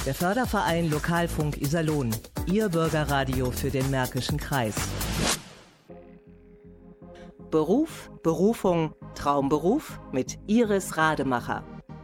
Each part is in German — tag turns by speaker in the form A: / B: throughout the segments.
A: Der Förderverein Lokalfunk Iserlohn. Ihr Bürgerradio für den Märkischen Kreis. Beruf, Berufung, Traumberuf mit Iris Rademacher.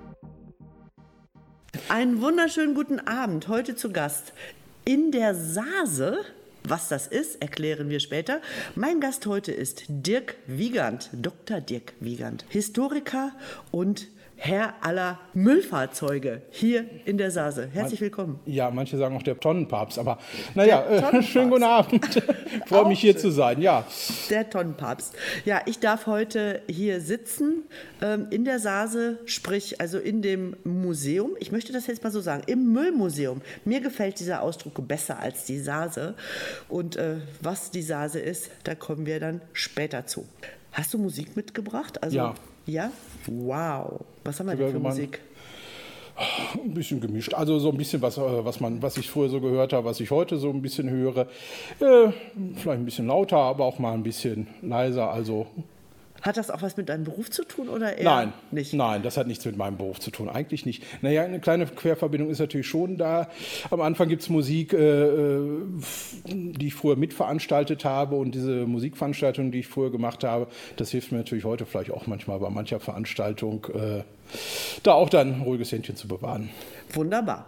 B: Einen wunderschönen guten Abend. Heute zu Gast in der Sase. Was das ist, erklären wir später. Mein Gast heute ist Dirk Wiegand, Dr. Dirk Wiegand, Historiker und Herr aller Müllfahrzeuge hier in der Sase. Herzlich willkommen.
C: Ja, manche sagen auch der Tonnenpapst, aber naja, schönen guten Abend. Freue mich hier zu sein, ja.
B: Der Tonnenpapst. Ja, ich darf heute hier sitzen in der Sase, sprich also in dem Museum. Ich möchte das jetzt mal so sagen, im Müllmuseum. Mir gefällt dieser Ausdruck besser als die Sase. Und was die Sase ist, da kommen wir dann später zu. Hast du Musik mitgebracht? Also,
C: ja.
B: Ja? Wow. Was haben wir denn für Musik?
C: Ein bisschen gemischt. Also so ein bisschen was ich früher so gehört habe, was ich heute so ein bisschen höre. Vielleicht ein bisschen lauter, aber auch mal ein bisschen leiser. Also
B: hat das auch was mit deinem Beruf zu tun oder eher
C: Nein,
B: nicht?
C: Nein, das hat nichts mit meinem Beruf zu tun. Eigentlich nicht. Naja, eine kleine Querverbindung ist natürlich schon da. Am Anfang gibt es Musik, die ich früher mitveranstaltet habe. Und diese Musikveranstaltungen, die ich früher gemacht habe, das hilft mir natürlich heute vielleicht auch manchmal bei mancher Veranstaltung, da auch dann ein ruhiges Händchen zu bewahren.
B: Wunderbar.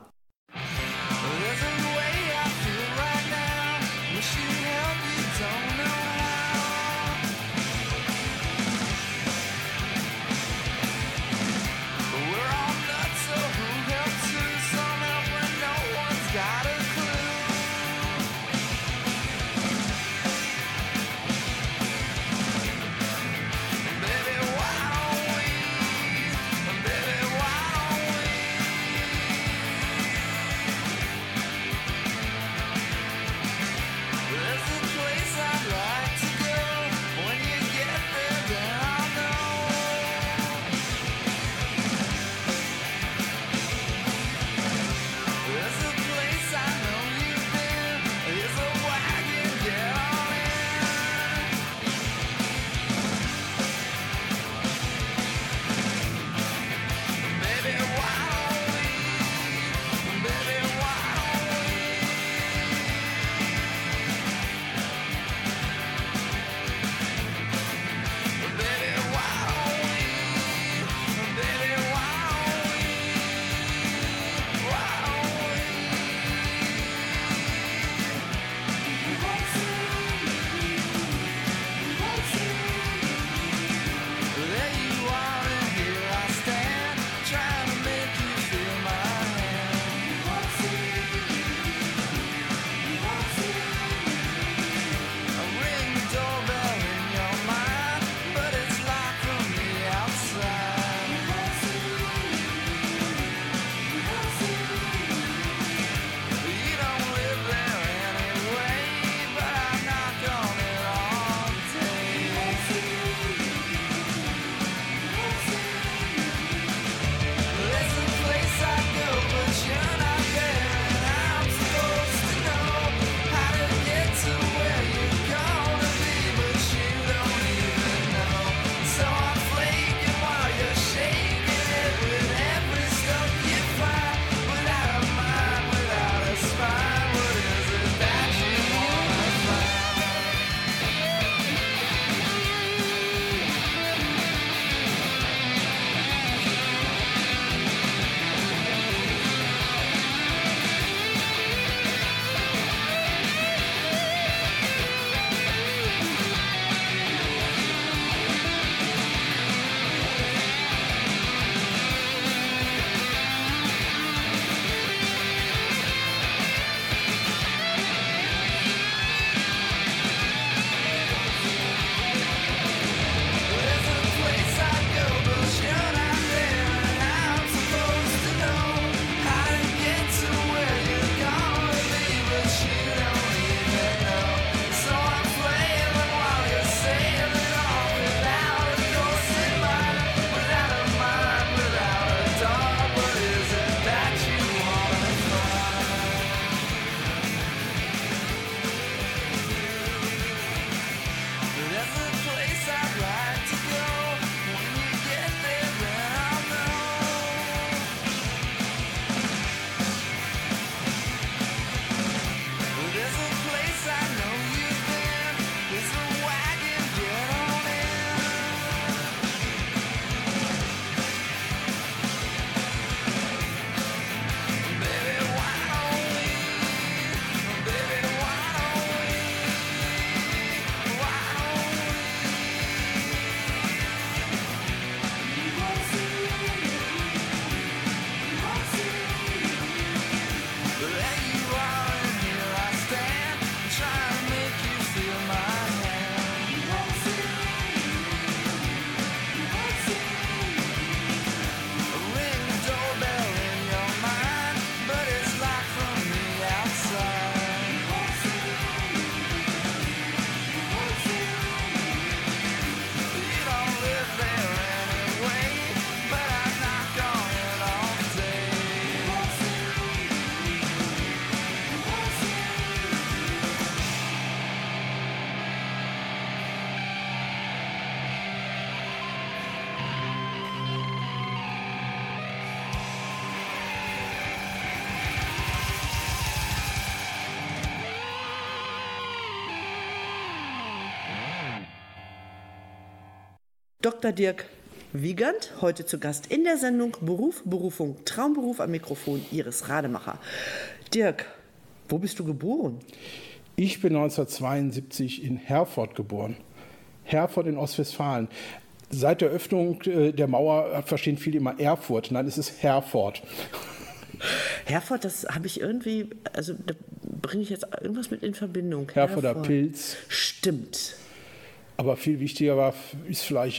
B: Dr. Dirk Wiegand, heute zu Gast in der Sendung Beruf, Berufung, Traumberuf am Mikrofon Iris Rademacher. Dirk, wo bist du geboren?
C: Ich bin 1972 in Herford geboren. Herford in Ostwestfalen. Seit der Öffnung der Mauer verstehen viele immer Erfurt. Nein, es ist Herford.
B: Herford, das habe ich irgendwie, also da bringe ich jetzt irgendwas mit in Verbindung.
C: Herforder Pilz.
B: Stimmt.
C: Aber viel wichtiger ist vielleicht,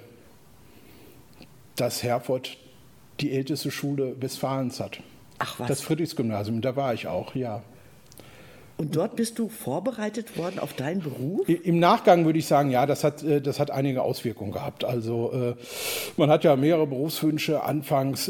C: dass Herford die älteste Schule Westfalens hat.
B: Ach was.
C: Das Friedrichsgymnasium, da war ich auch, ja.
B: Und dort bist du vorbereitet worden auf deinen Beruf?
C: Im Nachgang würde ich sagen, ja, das hat einige Auswirkungen gehabt. Also man hat ja mehrere Berufswünsche. Anfangs,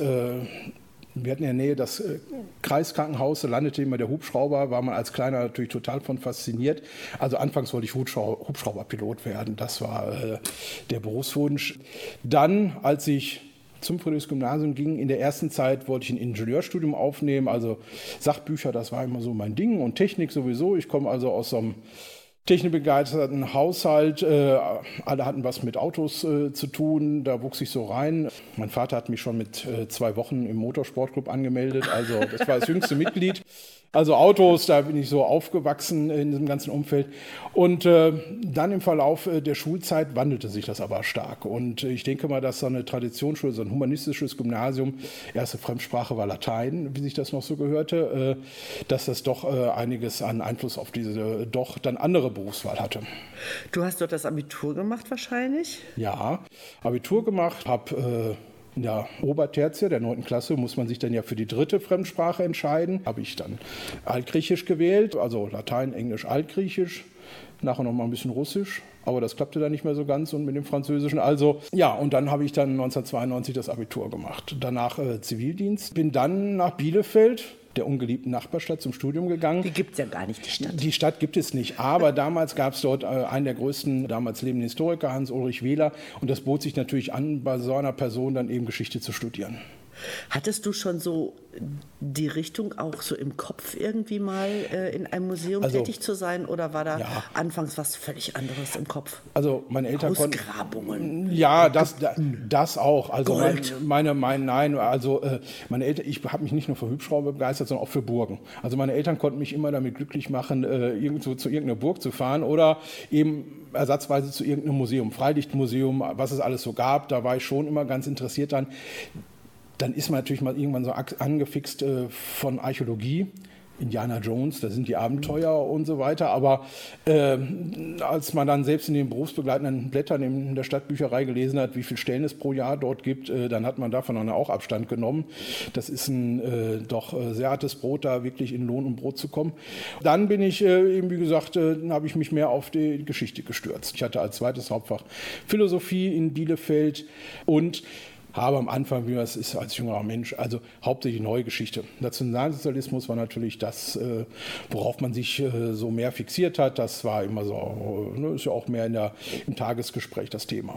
C: wir hatten in der Nähe das Kreiskrankenhaus, da landete immer der Hubschrauber, war man als Kleiner natürlich total von fasziniert. Also anfangs wollte ich Hubschrauberpilot werden, das war der Berufswunsch. Dann, als ich zum Friedrichsgymnasium ging, in der ersten Zeit wollte ich ein Ingenieurstudium aufnehmen, also Sachbücher, das war immer so mein Ding und Technik sowieso. Ich komme also aus so einem technikbegeisterten Haushalt, alle hatten was mit Autos zu tun, da wuchs ich so rein. Mein Vater hat mich schon mit 2 Wochen im Motorsportclub angemeldet, also das war das jüngste Mitglied. Also Autos, da bin ich so aufgewachsen in diesem ganzen Umfeld. Und dann im Verlauf der Schulzeit wandelte sich das aber stark. Und ich denke mal, dass so eine Traditionsschule, so ein humanistisches Gymnasium, erste Fremdsprache war Latein, wie sich das noch so gehörte, dass das doch einiges an Einfluss auf diese doch dann andere Berufswahl hatte.
B: Du hast dort das Abitur gemacht wahrscheinlich?
C: Ja, Abitur gemacht, habe in der Obertertia, der 9. Klasse, muss man sich dann ja für die 3. Fremdsprache entscheiden. Habe ich dann Altgriechisch gewählt, also Latein, Englisch, Altgriechisch, nachher noch mal ein bisschen Russisch, aber das klappte dann nicht mehr so ganz und mit dem Französischen. Also ja, und dann habe ich dann 1992 das Abitur gemacht. Danach Zivildienst, bin dann nach Bielefeld, der ungeliebten Nachbarstadt, zum Studium gegangen.
B: Die gibt es ja gar nicht, die Stadt.
C: Die Stadt gibt es nicht, aber damals gab es dort einen der größten damals lebenden Historiker, Hans-Ulrich Wehler, und das bot sich natürlich an, bei so einer Person dann eben Geschichte zu studieren.
B: Hattest du schon so die Richtung auch so im Kopf irgendwie mal in einem Museum tätig zu sein oder war da anfangs was völlig anderes im Kopf?
C: Also meine Eltern konnten...
B: Ausgrabungen.
C: Ja, das auch. Also meine Eltern, ich habe mich nicht nur für Hubschrauber begeistert, sondern auch für Burgen. Also meine Eltern konnten mich immer damit glücklich machen, irgendwo zu irgendeiner Burg zu fahren oder eben ersatzweise zu irgendeinem Museum, Freilichtmuseum, was es alles so gab. Da war ich schon immer ganz interessiert dran. Dann ist man natürlich mal irgendwann so angefixt von Archäologie, Indiana Jones, da sind die Abenteuer und so weiter. Aber als man dann selbst in den berufsbegleitenden Blättern in der Stadtbücherei gelesen hat, wie viele Stellen es pro Jahr dort gibt, dann hat man davon dann auch Abstand genommen. Das ist ein doch sehr hartes Brot, da wirklich in Lohn und Brot zu kommen. Dann bin ich eben, wie gesagt, habe ich mich mehr auf die Geschichte gestürzt. Ich hatte als zweites Hauptfach Philosophie in Bielefeld und habe am Anfang, wie das ist als jüngerer Mensch, also hauptsächlich neue Geschichte. Nationalsozialismus war natürlich das, worauf man sich so mehr fixiert hat. Das war immer so, ist ja auch mehr im Tagesgespräch das Thema.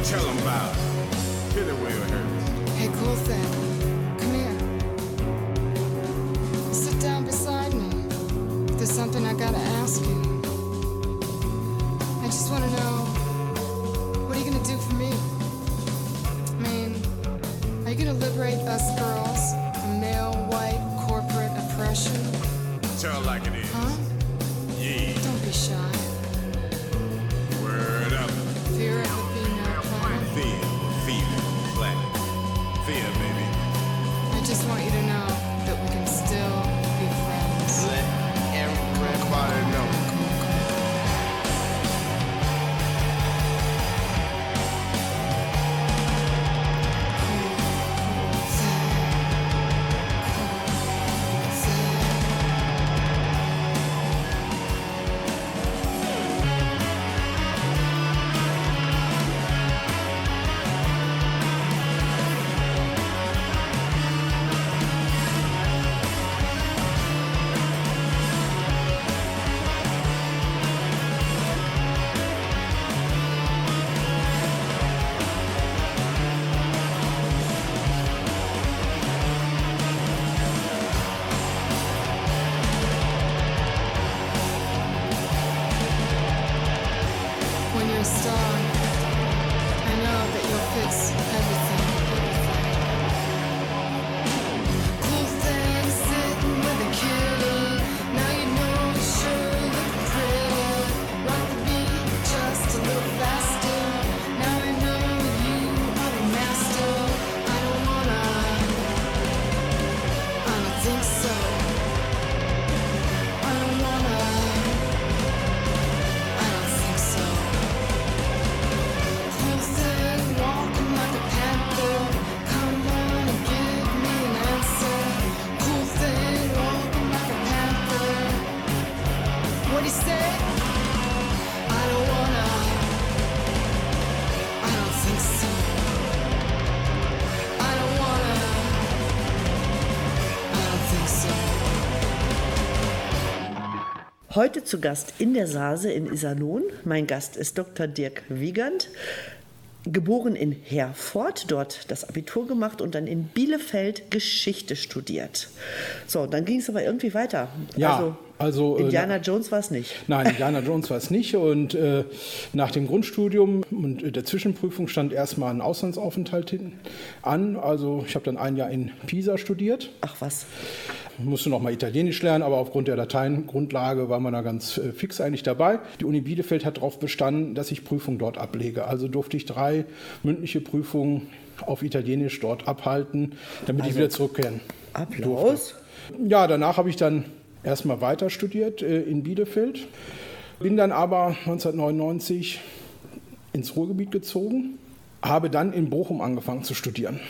D: Tell them about it. Hit it where it hurts.
E: Hey, cool thing. Come here. Sit down beside me. There's something I gotta ask you. I just wanna know, what are you gonna do for me? I mean, are you gonna liberate us girls from male, white, corporate oppression?
D: Tell like it is.
E: Huh?
D: Yeah.
E: Don't be shy.
D: Word up.
E: Fear of the female planet.
D: Fear, planet. Fear, baby.
E: I just want you to know that we can still be friends.
D: Let everybody know.
E: When you're a star, I know that you'll fix everything. Cool thing sitting with a kitty. Now you know you sure look pretty. Rock the beat just a little faster. Now I know you are the master. I don't think so. I don't think so. Cool thing, walking like a panther. Come on and give me an answer. Cool thing, walking like a panther. What'd he say? I don't think so. I don't think so.
B: Heute zu Gast in der Sase in Iserlohn. Mein Gast ist Dr. Dirk Wiegand, geboren in Herford, dort das Abitur gemacht und dann in Bielefeld Geschichte studiert. So, dann ging es aber irgendwie weiter.
C: Ja, also
B: Indiana Jones war es nicht.
C: Nein, Indiana Jones war es nicht. Und nach dem Grundstudium und der Zwischenprüfung stand erstmal ein Auslandsaufenthalt an. Also ich habe dann ein Jahr in Pisa studiert.
B: Ach was.
C: Musste noch mal Italienisch lernen, aber aufgrund der Lateingrundlage war man da ganz fix eigentlich dabei. Die Uni Bielefeld hat darauf bestanden, dass ich Prüfungen dort ablege. Also durfte ich 3 mündliche Prüfungen auf Italienisch dort abhalten, damit ich wieder zurückkehren
B: Applaus.
C: durfte. Ja, danach habe ich dann erstmal weiter studiert in Bielefeld. Bin dann aber 1999 ins Ruhrgebiet gezogen, habe dann in Bochum angefangen zu studieren.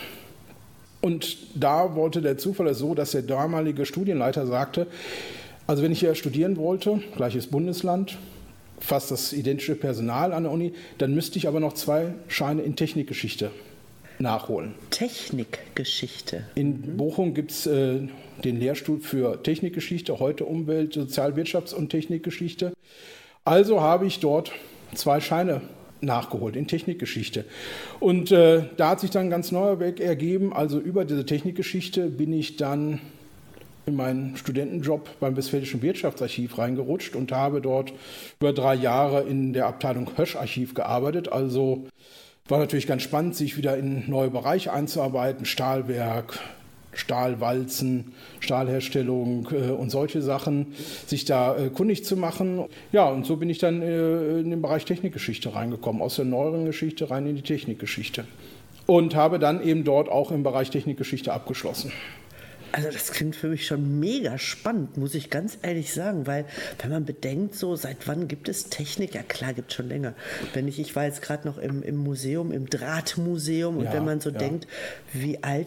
C: Und da wollte der Zufall es so, dass der damalige Studienleiter sagte, also wenn ich hier studieren wollte, gleiches Bundesland, fast das identische Personal an der Uni, dann müsste ich aber noch 2 Scheine in Technikgeschichte nachholen.
B: Technikgeschichte.
C: In Bochum gibt es den Lehrstuhl für Technikgeschichte, heute Umwelt-, Sozial-, Wirtschafts- und Technikgeschichte. Also habe ich dort 2 Scheine nachgeholt in Technikgeschichte. Und da hat sich dann ein ganz neuer Weg ergeben. Also über diese Technikgeschichte bin ich dann in meinen Studentenjob beim Westfälischen Wirtschaftsarchiv reingerutscht und habe dort über 3 Jahre in der Abteilung Hösch-Archiv gearbeitet. Also war natürlich ganz spannend, sich wieder in neue Bereiche einzuarbeiten, Stahlwerk, Stahlwalzen, Stahlherstellung und solche Sachen, sich da kundig zu machen. Ja, und so bin ich dann in den Bereich Technikgeschichte reingekommen, aus der neueren Geschichte rein in die Technikgeschichte. Und habe dann eben dort auch im Bereich Technikgeschichte abgeschlossen.
B: Also das klingt für mich schon mega spannend, muss ich ganz ehrlich sagen, weil wenn man bedenkt, so seit wann gibt es Technik? Ja klar, gibt es schon länger. Ich war jetzt gerade noch im Museum, im Drahtmuseum und
C: Ja,
B: wenn man so
C: ja.
B: denkt, wie alt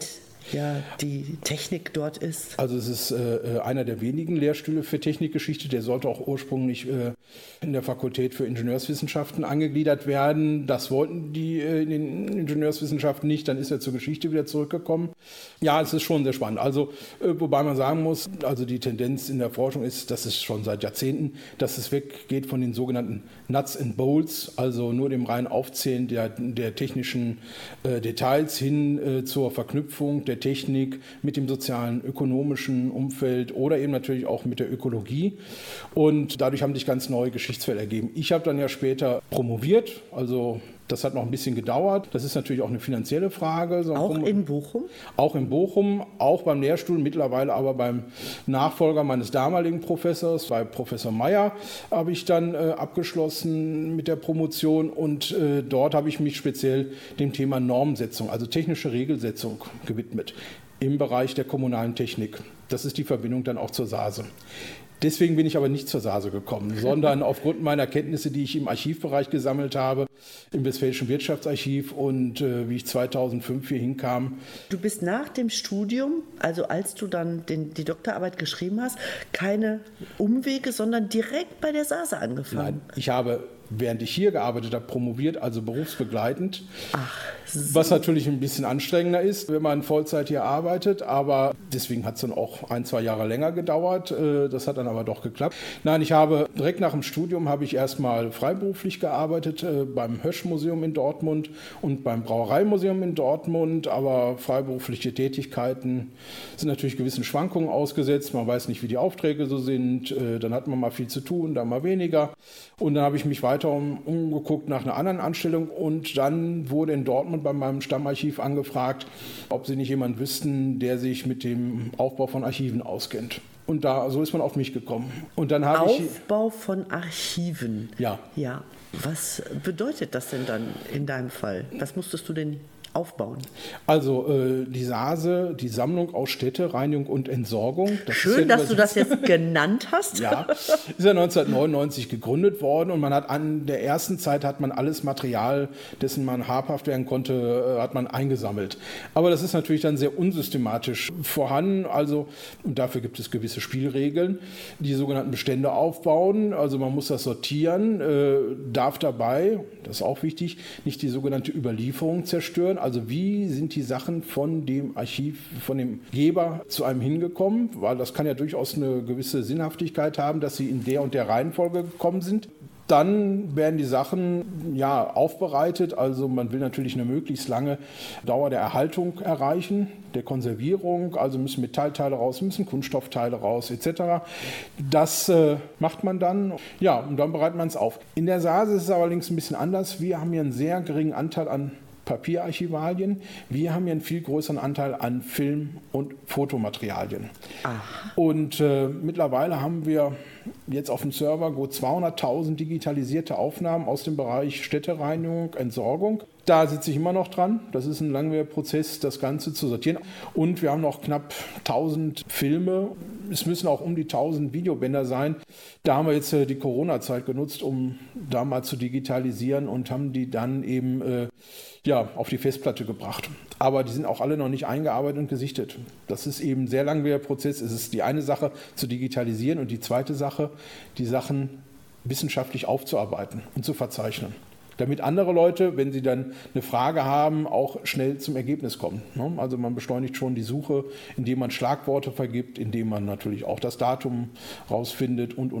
B: ja die Technik dort ist.
C: Also es ist einer der wenigen Lehrstühle für Technikgeschichte. Der sollte auch ursprünglich in der Fakultät für Ingenieurswissenschaften angegliedert werden. Das wollten die in den Ingenieurswissenschaften nicht. Dann ist er zur Geschichte wieder zurückgekommen. Ja, es ist schon sehr spannend. Also wobei man sagen muss, also die Tendenz in der Forschung ist, dass es schon seit Jahrzehnten, dass es weggeht von den sogenannten Nuts and Bolts, also nur dem reinen Aufzählen der technischen Details hin zur Verknüpfung der Technik mit dem sozialen, ökonomischen Umfeld oder eben natürlich auch mit der Ökologie. Und dadurch haben sich ganz neue Geschichtsfelder ergeben. Ich habe dann ja später promoviert, also das hat noch ein bisschen gedauert. Das ist natürlich auch eine finanzielle Frage.
B: Auch in Bochum?
C: Auch in Bochum, auch beim Lehrstuhl, mittlerweile aber beim Nachfolger meines damaligen Professors, bei Professor Meyer, habe ich dann abgeschlossen mit der Promotion und dort habe ich mich speziell dem Thema Normsetzung, also technische Regelsetzung gewidmet im Bereich der kommunalen Technik. Das ist die Verbindung dann auch zur SASE. Deswegen bin ich aber nicht zur SASE gekommen, sondern aufgrund meiner Kenntnisse, die ich im Archivbereich gesammelt habe, im Westfälischen Wirtschaftsarchiv und wie ich 2005 hier hinkam.
B: Du bist nach dem Studium, also als du dann die Doktorarbeit geschrieben hast, keine Umwege, sondern direkt bei der SASE angefangen.
C: Nein, ich habe, während ich hier gearbeitet habe, promoviert, also berufsbegleitend.
B: Ach, so.
C: Was natürlich ein bisschen anstrengender ist, wenn man Vollzeit hier arbeitet, aber deswegen hat es dann auch 1-2 Jahre länger gedauert. Das hat dann aber doch geklappt. Nein, ich habe direkt nach dem Studium habe ich erstmal freiberuflich gearbeitet beim Hösch-Museum in Dortmund und beim Brauereimuseum in Dortmund, aber freiberufliche Tätigkeiten sind natürlich gewissen Schwankungen ausgesetzt. Man weiß nicht, wie die Aufträge so sind. Dann hat man mal viel zu tun, dann mal weniger. Und dann habe ich mich weiter umgeguckt nach einer anderen Anstellung und dann wurde in Dortmund bei meinem Stammarchiv angefragt, ob sie nicht jemanden wüssten, der sich mit dem Aufbau von Archiven auskennt. Und so ist man auf mich gekommen. Und dann habe
B: Aufbau von Archiven?
C: Ja.
B: Ja. Was bedeutet das denn dann in deinem Fall? Was musstest du denn aufbauen?
C: Also die SASE, die Sammlung aus Städtereinigung und Entsorgung.
B: Schön, dass du das jetzt genannt hast.
C: Ja, ist ja 1999 gegründet worden und man hat an der ersten Zeit hat man alles Material, dessen man habhaft werden konnte, hat man eingesammelt. Aber das ist natürlich dann sehr unsystematisch vorhanden. Also und dafür gibt es gewisse Spielregeln, die sogenannten Bestände aufbauen. Also man muss das sortieren, darf dabei, das ist auch wichtig, nicht die sogenannte Überlieferung zerstören. Also wie sind die Sachen von dem Archiv, von dem Geber zu einem hingekommen? Weil das kann ja durchaus eine gewisse Sinnhaftigkeit haben, dass sie in der und der Reihenfolge gekommen sind. Dann werden die Sachen aufbereitet, also man will natürlich eine möglichst lange Dauer der Erhaltung erreichen, der Konservierung, also müssen Metallteile raus, müssen Kunststoffteile raus etc. Das macht man dann, ja, und dann bereitet man es auf. In der SASE ist es allerdings ein bisschen anders. Wir haben hier einen sehr geringen Anteil an Papierarchivalien. Wir haben hier einen viel größeren Anteil an Film- und Fotomaterialien. Aha. Und mittlerweile haben wir jetzt auf dem Server gut 200.000 digitalisierte Aufnahmen aus dem Bereich Städtereinigung, Entsorgung. Da sitze ich immer noch dran. Das ist ein langwieriger Prozess, das Ganze zu sortieren. Und wir haben noch knapp 1000 Filme. Es müssen auch um die 1000 Videobänder sein. Da haben wir jetzt die Corona-Zeit genutzt, um da mal zu digitalisieren und haben die dann eben auf die Festplatte gebracht. Aber die sind auch alle noch nicht eingearbeitet und gesichtet. Das ist eben ein sehr langwieriger Prozess. Es ist die eine Sache zu digitalisieren und die zweite Sache, die Sachen wissenschaftlich aufzuarbeiten und zu verzeichnen. Damit andere Leute, wenn sie dann eine Frage haben, auch schnell zum Ergebnis kommen. Also man beschleunigt schon die Suche, indem man Schlagworte vergibt, indem man natürlich auch das Datum rausfindet und.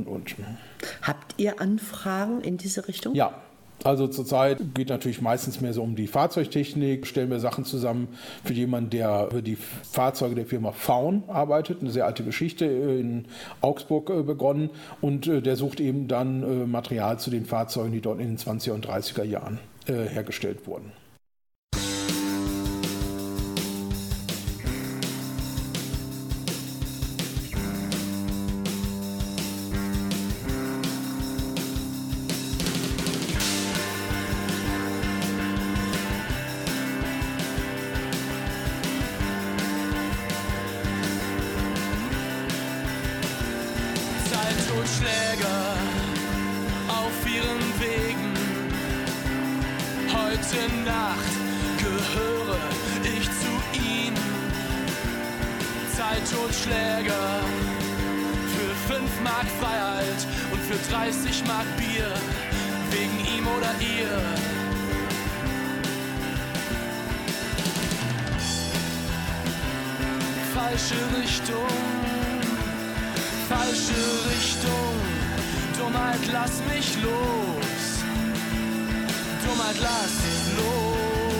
B: Habt ihr Anfragen in diese Richtung?
C: Ja. Also zurzeit geht natürlich meistens mehr so um die Fahrzeugtechnik. Stellen wir Sachen zusammen für jemanden, der für die Fahrzeuge der Firma Faun arbeitet. Eine sehr alte Geschichte in Augsburg begonnen. Und der sucht eben dann Material zu den Fahrzeugen, die dort in den 20er und 30er Jahren hergestellt wurden.
F: Schläger auf ihren Wegen. Heute Nacht gehöre ich zu ihnen. Zeittotschläger für 5 Mark Freiheit und für 30 Mark Bier, wegen ihm oder ihr. Falsche Richtung, falsche Richtung. Dummheit, lass mich los. Dummheit, lass los.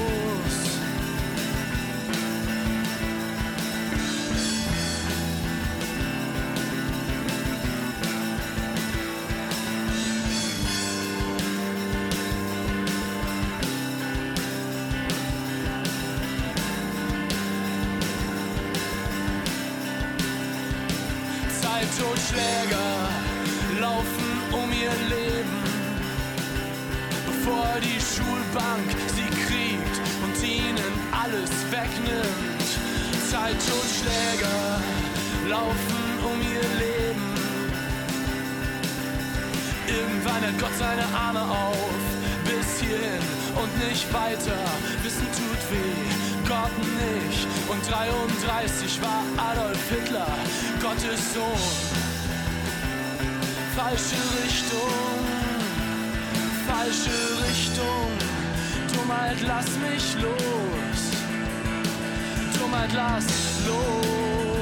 F: Totschläger laufen um ihr Leben, bevor die Schulbank sie kriegt und ihnen alles wegnimmt. Zeittotschläger laufen um ihr Leben. Irgendwann hat Gott seine Arme auf, bis hierhin und nicht weiter. Wissen tut weh, Gott nicht. Und 33 war Adolf Hitler, Gottes Sohn. Falsche Richtung, falsche Richtung. Dummheit, lass mich los. Dummheit, lass los.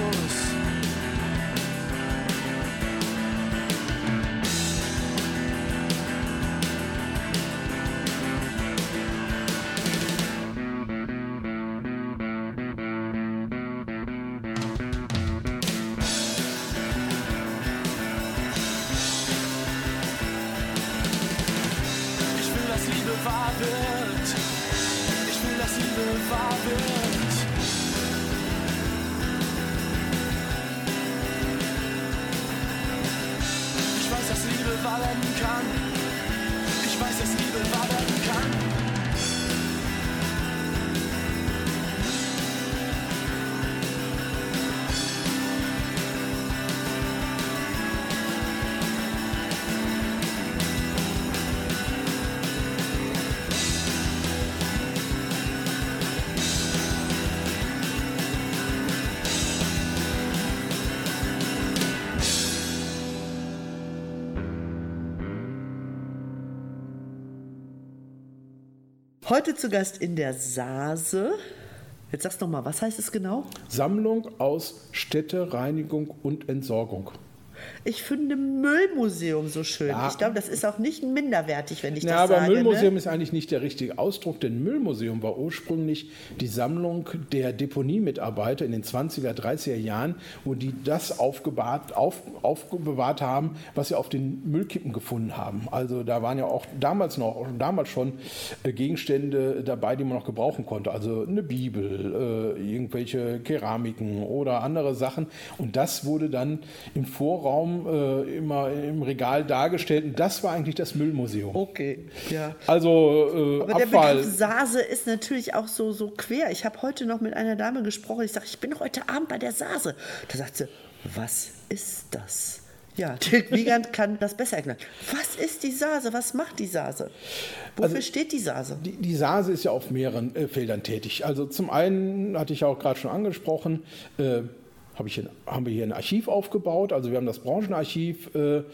F: Wahr wird. Ich will, dass Liebe wahr wird. Ich weiß, dass Liebe wahr werden kann. Ich weiß, dass Liebe wahr werden kann.
B: Heute zu Gast in der Sase. Jetzt sagst du noch mal, was heißt es genau?
C: Sammlung aus Städtereinigung und Entsorgung.
B: Ich finde Müllmuseum so schön. Ja. Ich glaube, das ist auch nicht minderwertig, wenn ich das
C: sage.
B: Ja, aber
C: Müllmuseum ist eigentlich nicht der richtige Ausdruck, denn Müllmuseum war ursprünglich die Sammlung der Deponiemitarbeiter in den 20er, 30er Jahren, wo die das aufbewahrt haben, was sie auf den Müllkippen gefunden haben. Also da waren ja auch damals schon Gegenstände dabei, die man noch gebrauchen konnte. Also eine Bibel, irgendwelche Keramiken oder andere Sachen. Und das wurde dann im Vorraum immer im Regal dargestellt. Und das war eigentlich das Müllmuseum.
B: Okay, ja.
C: Also
B: aber der Begriff Sase ist natürlich auch so quer. Ich habe heute noch mit einer Dame gesprochen. Ich sage, ich bin heute Abend bei der Sase. Da sagt sie, was ist das? Ja, Dirk Wiegand kann das besser erklären. Was ist die Sase? Was macht die Sase? Wofür steht die Sase?
C: Die Sase ist ja auf mehreren Feldern tätig. Also zum einen, hatte ich ja auch gerade schon angesprochen, haben wir hier ein Archiv aufgebaut. Also wir haben das Branchenarchiv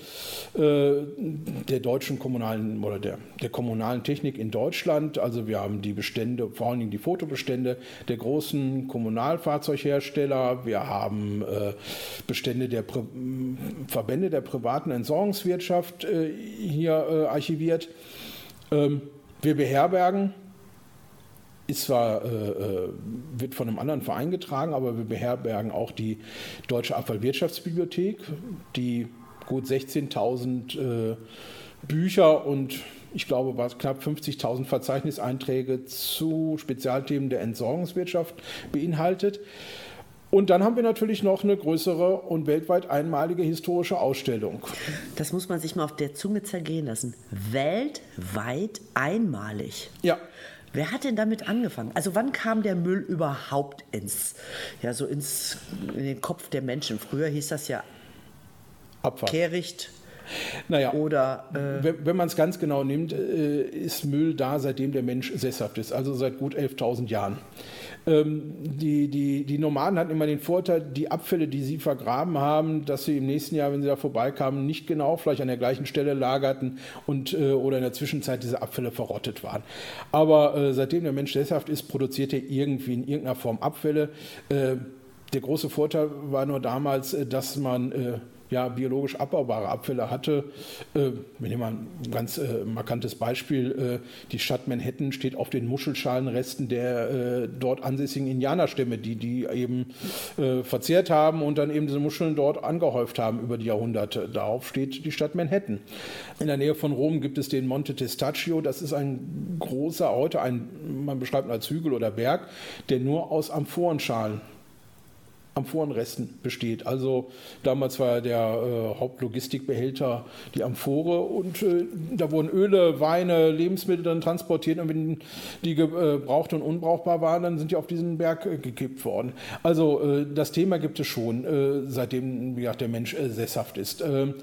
C: der deutschen kommunalen oder der kommunalen Technik in Deutschland. Also wir haben die Bestände, vor allen Dingen die Fotobestände der großen Kommunalfahrzeughersteller. Wir haben Bestände der Verbände der privaten Entsorgungswirtschaft hier archiviert. Wir beherbergen. Wird von einem anderen Verein getragen, aber wir beherbergen auch die Deutsche Abfallwirtschaftsbibliothek, die gut 16.000 Bücher und ich glaube knapp 50.000 Verzeichniseinträge zu Spezialthemen der Entsorgungswirtschaft beinhaltet. Und dann haben wir natürlich noch eine größere und weltweit einmalige historische Ausstellung.
B: Das muss man sich mal auf der Zunge zergehen lassen. Weltweit einmalig.
C: Ja.
B: Wer hat denn damit angefangen? Also wann kam der Müll überhaupt in den Kopf der Menschen? Früher hieß das ja
C: Abfall.
B: Kehricht.
C: Naja,
B: oder,
C: wenn man es ganz genau nimmt, ist Müll da, seitdem der Mensch sesshaft ist, also seit gut 11.000 Jahren. Die Nomaden hatten immer den Vorteil, die Abfälle, die sie vergraben haben, dass sie im nächsten Jahr, wenn sie da vorbeikamen, nicht genau vielleicht an der gleichen Stelle lagerten und oder in der Zwischenzeit diese Abfälle verrottet waren. Aber seitdem der Mensch sesshaft ist, produziert er irgendwie in irgendeiner Form Abfälle. Der große Vorteil war nur damals, dass man biologisch abbaubare Abfälle hatte. Wir nehmen mal ein ganz markantes Beispiel. Die Stadt Manhattan steht auf den Muschelschalenresten der dort ansässigen Indianerstämme, die eben verzehrt haben und dann eben diese Muscheln dort angehäuft haben über die Jahrhunderte. Darauf steht die Stadt Manhattan. In der Nähe von Rom gibt es den Monte Testaccio. Das ist ein großer, heute man beschreibt ihn als Hügel oder Berg, der nur aus Amphorenresten besteht. Also damals war der Hauptlogistikbehälter die Amphore und da wurden Öle, Weine, Lebensmittel dann transportiert und wenn die gebraucht und unbrauchbar waren, dann sind die auf diesen Berg gekippt worden. Also das Thema gibt es schon, seitdem wie gesagt, der Mensch sesshaft ist.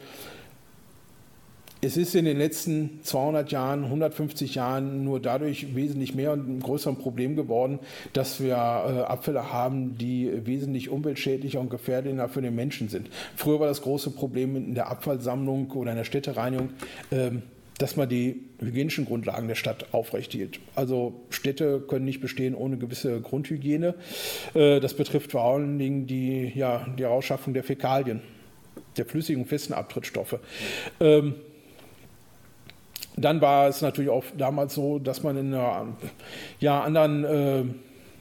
C: Es ist in den letzten 200 Jahren, 150 Jahren nur dadurch wesentlich mehr und ein größeres Problem geworden, dass wir Abfälle haben, die wesentlich umweltschädlicher und gefährlicher für den Menschen sind. Früher war das große Problem in der Abfallsammlung oder in der Städtereinigung, dass man die hygienischen Grundlagen der Stadt aufrechthielt. Also Städte können nicht bestehen ohne gewisse Grundhygiene. Das betrifft vor allen Dingen die Rausschaffung der Fäkalien, der flüssigen und festen Abtrittsstoffe. Dann war es natürlich auch damals so, dass man in einer anderen,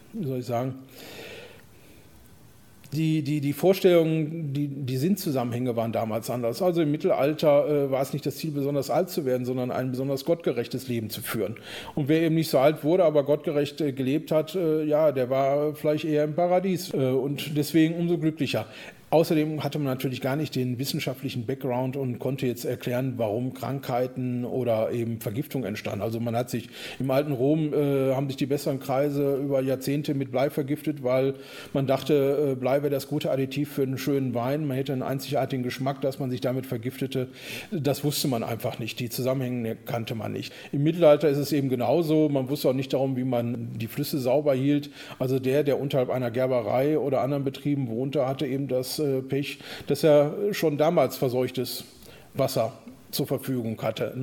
C: die Vorstellungen, die Sinnzusammenhänge waren damals anders. Also im Mittelalter war es nicht das Ziel, besonders alt zu werden, sondern ein besonders gottgerechtes Leben zu führen. Und wer eben nicht so alt wurde, aber gottgerecht gelebt hat, der war vielleicht eher im Paradies und deswegen umso glücklicher. Außerdem hatte man natürlich gar nicht den wissenschaftlichen Background und konnte jetzt erklären, warum Krankheiten oder eben Vergiftung entstanden. Also man hat sich im alten Rom, haben sich die besseren Kreise über Jahrzehnte mit Blei vergiftet, weil man dachte, Blei wäre das gute Additiv für einen schönen Wein. Man hätte einen einzigartigen Geschmack, dass man sich damit vergiftete. Das wusste man einfach nicht. Die Zusammenhänge kannte man nicht. Im Mittelalter ist es eben genauso. Man wusste auch nicht darum, wie man die Flüsse sauber hielt. Also der unterhalb einer Gerberei oder anderen Betrieben wohnte, hatte eben das Pech, dass er schon damals verseuchtes Wasser zur Verfügung hatte.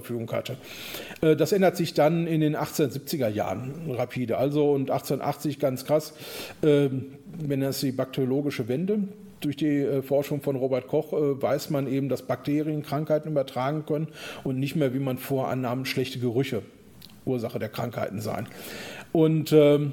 C: Das ändert sich dann in den 1870er Jahren rapide. Also und 1880 ganz krass, wenn das die bakteriologische Wende. Durch die Forschung von Robert Koch weiß man eben, dass Bakterien Krankheiten übertragen können und nicht mehr, wie man vorannahm, schlechte Gerüche Ursache der Krankheiten seien. Und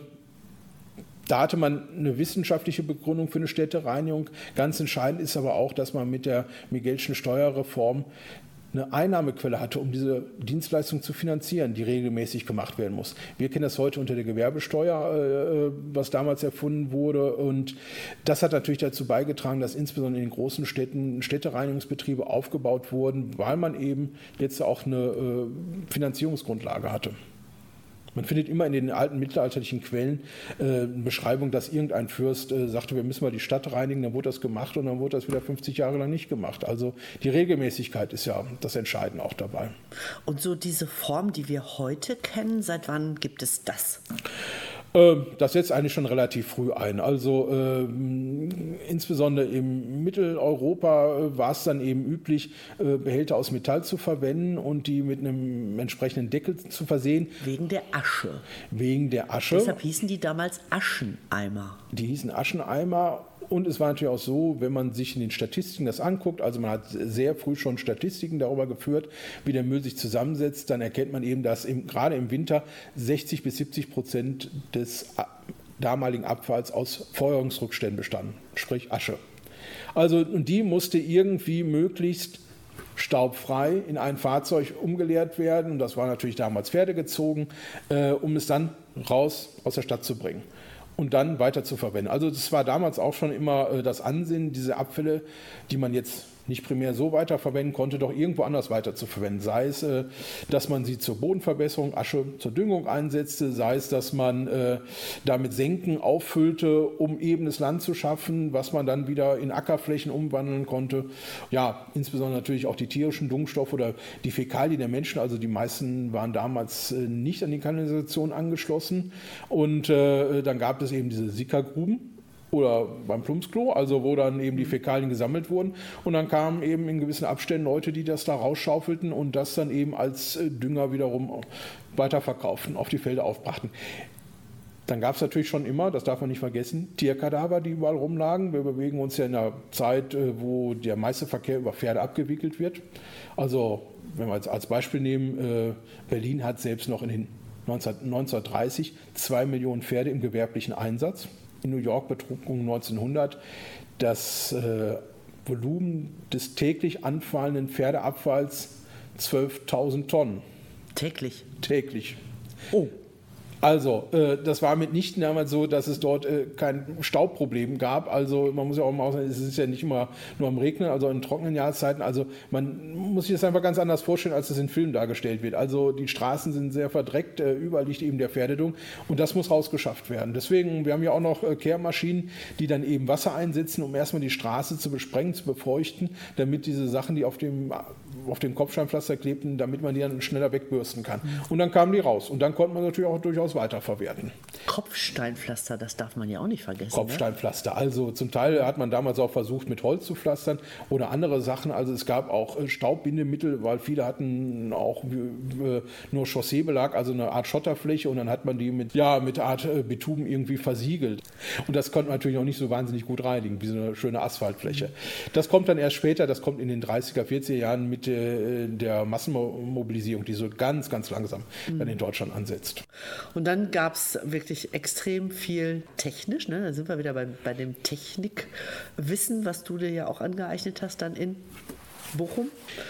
C: da hatte man eine wissenschaftliche Begründung für eine Städtereinigung. Ganz entscheidend ist aber auch, dass man mit der Migelschen Steuerreform eine Einnahmequelle hatte, um diese Dienstleistung zu finanzieren, die regelmäßig gemacht werden muss. Wir kennen das heute unter der Gewerbesteuer, was damals erfunden wurde. Und das hat natürlich dazu beigetragen, dass insbesondere in den großen Städten Städtereinigungsbetriebe aufgebaut wurden, weil man eben jetzt auch eine Finanzierungsgrundlage hatte. Man findet immer in den alten mittelalterlichen Quellen eine Beschreibung, dass irgendein Fürst sagte, wir müssen mal die Stadt reinigen, dann wurde das gemacht und dann wurde das wieder 50 Jahre lang nicht gemacht. Also die Regelmäßigkeit ist ja das Entscheidende auch dabei.
B: Und so diese Form, die wir heute kennen, seit wann gibt es das?
C: Das setzt eigentlich schon relativ früh ein. Also insbesondere in Mitteleuropa war es dann eben üblich, Behälter aus Metall zu verwenden und die mit einem entsprechenden Deckel zu versehen.
B: Wegen der Asche.
C: Wegen der Asche.
B: Deshalb hießen die damals Ascheneimer.
C: Die hießen Ascheneimer. Und es war natürlich auch so, wenn man sich in den Statistiken das anguckt, also man hat sehr früh schon Statistiken darüber geführt, wie der Müll sich zusammensetzt, dann erkennt man eben, dass gerade im Winter 60-70% des damaligen Abfalls aus Feuerungsrückständen bestanden, sprich Asche. Also und die musste irgendwie möglichst staubfrei in ein Fahrzeug umgeleert werden, und das war natürlich damals pferdegezogen, um es dann raus aus der Stadt zu bringen und dann weiter zu verwenden. Also das war damals auch schon immer das Ansinnen, diese Abfälle, die man jetzt nicht primär so weiterverwenden konnte, doch irgendwo anders weiterzuverwenden. Sei es, dass man sie zur Bodenverbesserung, Asche zur Düngung einsetzte, sei es, dass man damit Senken auffüllte, um ebenes Land zu schaffen, was man dann wieder in Ackerflächen umwandeln konnte. Ja, insbesondere natürlich auch die tierischen Düngstoffe oder die Fäkalien der Menschen. Also die meisten waren damals nicht an die Kanalisation angeschlossen. Und dann gab es eben diese Sickergruben. Oder beim Plumpsklo, also wo dann eben die Fäkalien gesammelt wurden. Und dann kamen eben in gewissen Abständen Leute, die das da rausschaufelten und das dann eben als Dünger wiederum weiterverkauften, auf die Felder aufbrachten. Dann gab es natürlich schon immer, das darf man nicht vergessen, Tierkadaver, die überall rumlagen. Wir bewegen uns ja in einer Zeit, wo der meiste Verkehr über Pferde abgewickelt wird. Also, wenn wir jetzt als Beispiel nehmen, Berlin hat selbst noch in den 1930 2 Millionen Pferde im gewerblichen Einsatz. In New York betrug um 1900 das Volumen des täglich anfallenden Pferdeabfalls 12.000 Tonnen.
B: Täglich?
C: Täglich.
B: Oh.
C: Also, das war mitnichten damals so, dass es dort kein Staubproblem gab. Also, man muss ja auch mal sagen, es ist ja nicht immer nur am Regnen, also in trockenen Jahreszeiten. Also, man muss sich das einfach ganz anders vorstellen, als es in Filmen dargestellt wird. Also, die Straßen sind sehr verdreckt, überall liegt eben der Pferdedung und das muss rausgeschafft werden. Deswegen, wir haben ja auch noch Kehrmaschinen, die dann eben Wasser einsetzen, um erstmal die Straße zu besprengen, zu befeuchten, damit diese Sachen, die auf dem Kopfsteinpflaster klebten, damit man die dann schneller wegbürsten kann. Und dann kamen die raus und dann konnte man natürlich auch durchaus weiterverwerten.
B: Kopfsteinpflaster, das darf man ja auch nicht vergessen.
C: Kopfsteinpflaster, ne? Also zum Teil hat man damals auch versucht, mit Holz zu pflastern oder andere Sachen. Also es gab auch Staubbindemittel, weil viele hatten auch nur Chausseebelag, also eine Art Schotterfläche und dann hat man die mit Art Bitumen irgendwie versiegelt. Und das konnte man natürlich auch nicht so wahnsinnig gut reinigen, wie so eine schöne Asphaltfläche. Das kommt dann erst später, das kommt in den 30er, 40er Jahren mit der Massenmobilisierung, die so ganz, ganz langsam dann in Deutschland ansetzt.
B: Und dann gab es wirklich extrem viel technisch, ne? Da sind wir wieder bei dem Technikwissen, was du dir ja auch angeeignet hast dann in Bochum.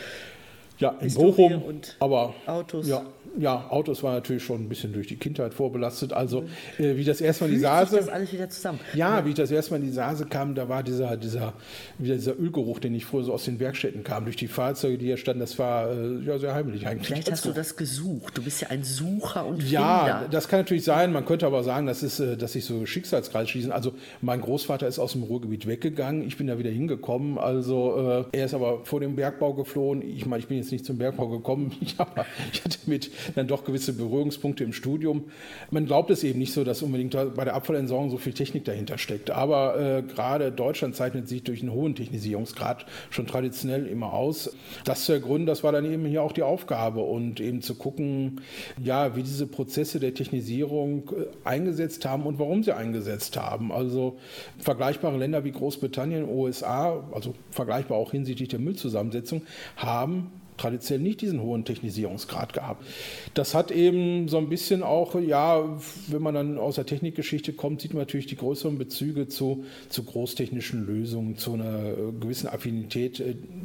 C: Ja, in
B: Historie
C: Bochum,
B: und
C: aber
B: Autos.
C: Ja, Autos war natürlich schon ein bisschen durch die Kindheit vorbelastet. Also wie das erstmal die Sase.
B: Das alles wieder zusammen.
C: Ja, wie ich das erstmal in die Sase kam, da war dieser Ölgeruch, den ich früher so aus den Werkstätten kam, durch die Fahrzeuge, die hier standen. Das war sehr heimlich eigentlich.
B: Vielleicht hast du das gesucht. Du bist ja ein Sucher und
C: Ja,
B: Finder.
C: das kann natürlich sein. Man könnte aber sagen, dass sich so Schicksalskreise schließen. Also mein Großvater ist aus dem Ruhrgebiet weggegangen. Ich bin da wieder hingekommen. Also er ist aber vor dem Bergbau geflohen. Ich meine, ich bin jetzt nicht zum Bergbau gekommen. Ich hatte mit dann doch gewisse Berührungspunkte im Studium. Man glaubt es eben nicht so, dass unbedingt bei der Abfallentsorgung so viel Technik dahinter steckt. Aber gerade Deutschland zeichnet sich durch einen hohen Technisierungsgrad schon traditionell immer aus. Das zu ergründen, das war dann eben hier auch die Aufgabe und eben zu gucken, ja, wie diese Prozesse der Technisierung eingesetzt haben und warum sie eingesetzt haben. Also vergleichbare Länder wie Großbritannien, USA, also vergleichbar auch hinsichtlich der Müllzusammensetzung, haben traditionell nicht diesen hohen Technisierungsgrad gehabt. Das hat eben so ein bisschen auch, ja, wenn man dann aus der Technikgeschichte kommt, sieht man natürlich die größeren Bezüge zu großtechnischen Lösungen, zu einer gewissen Affinität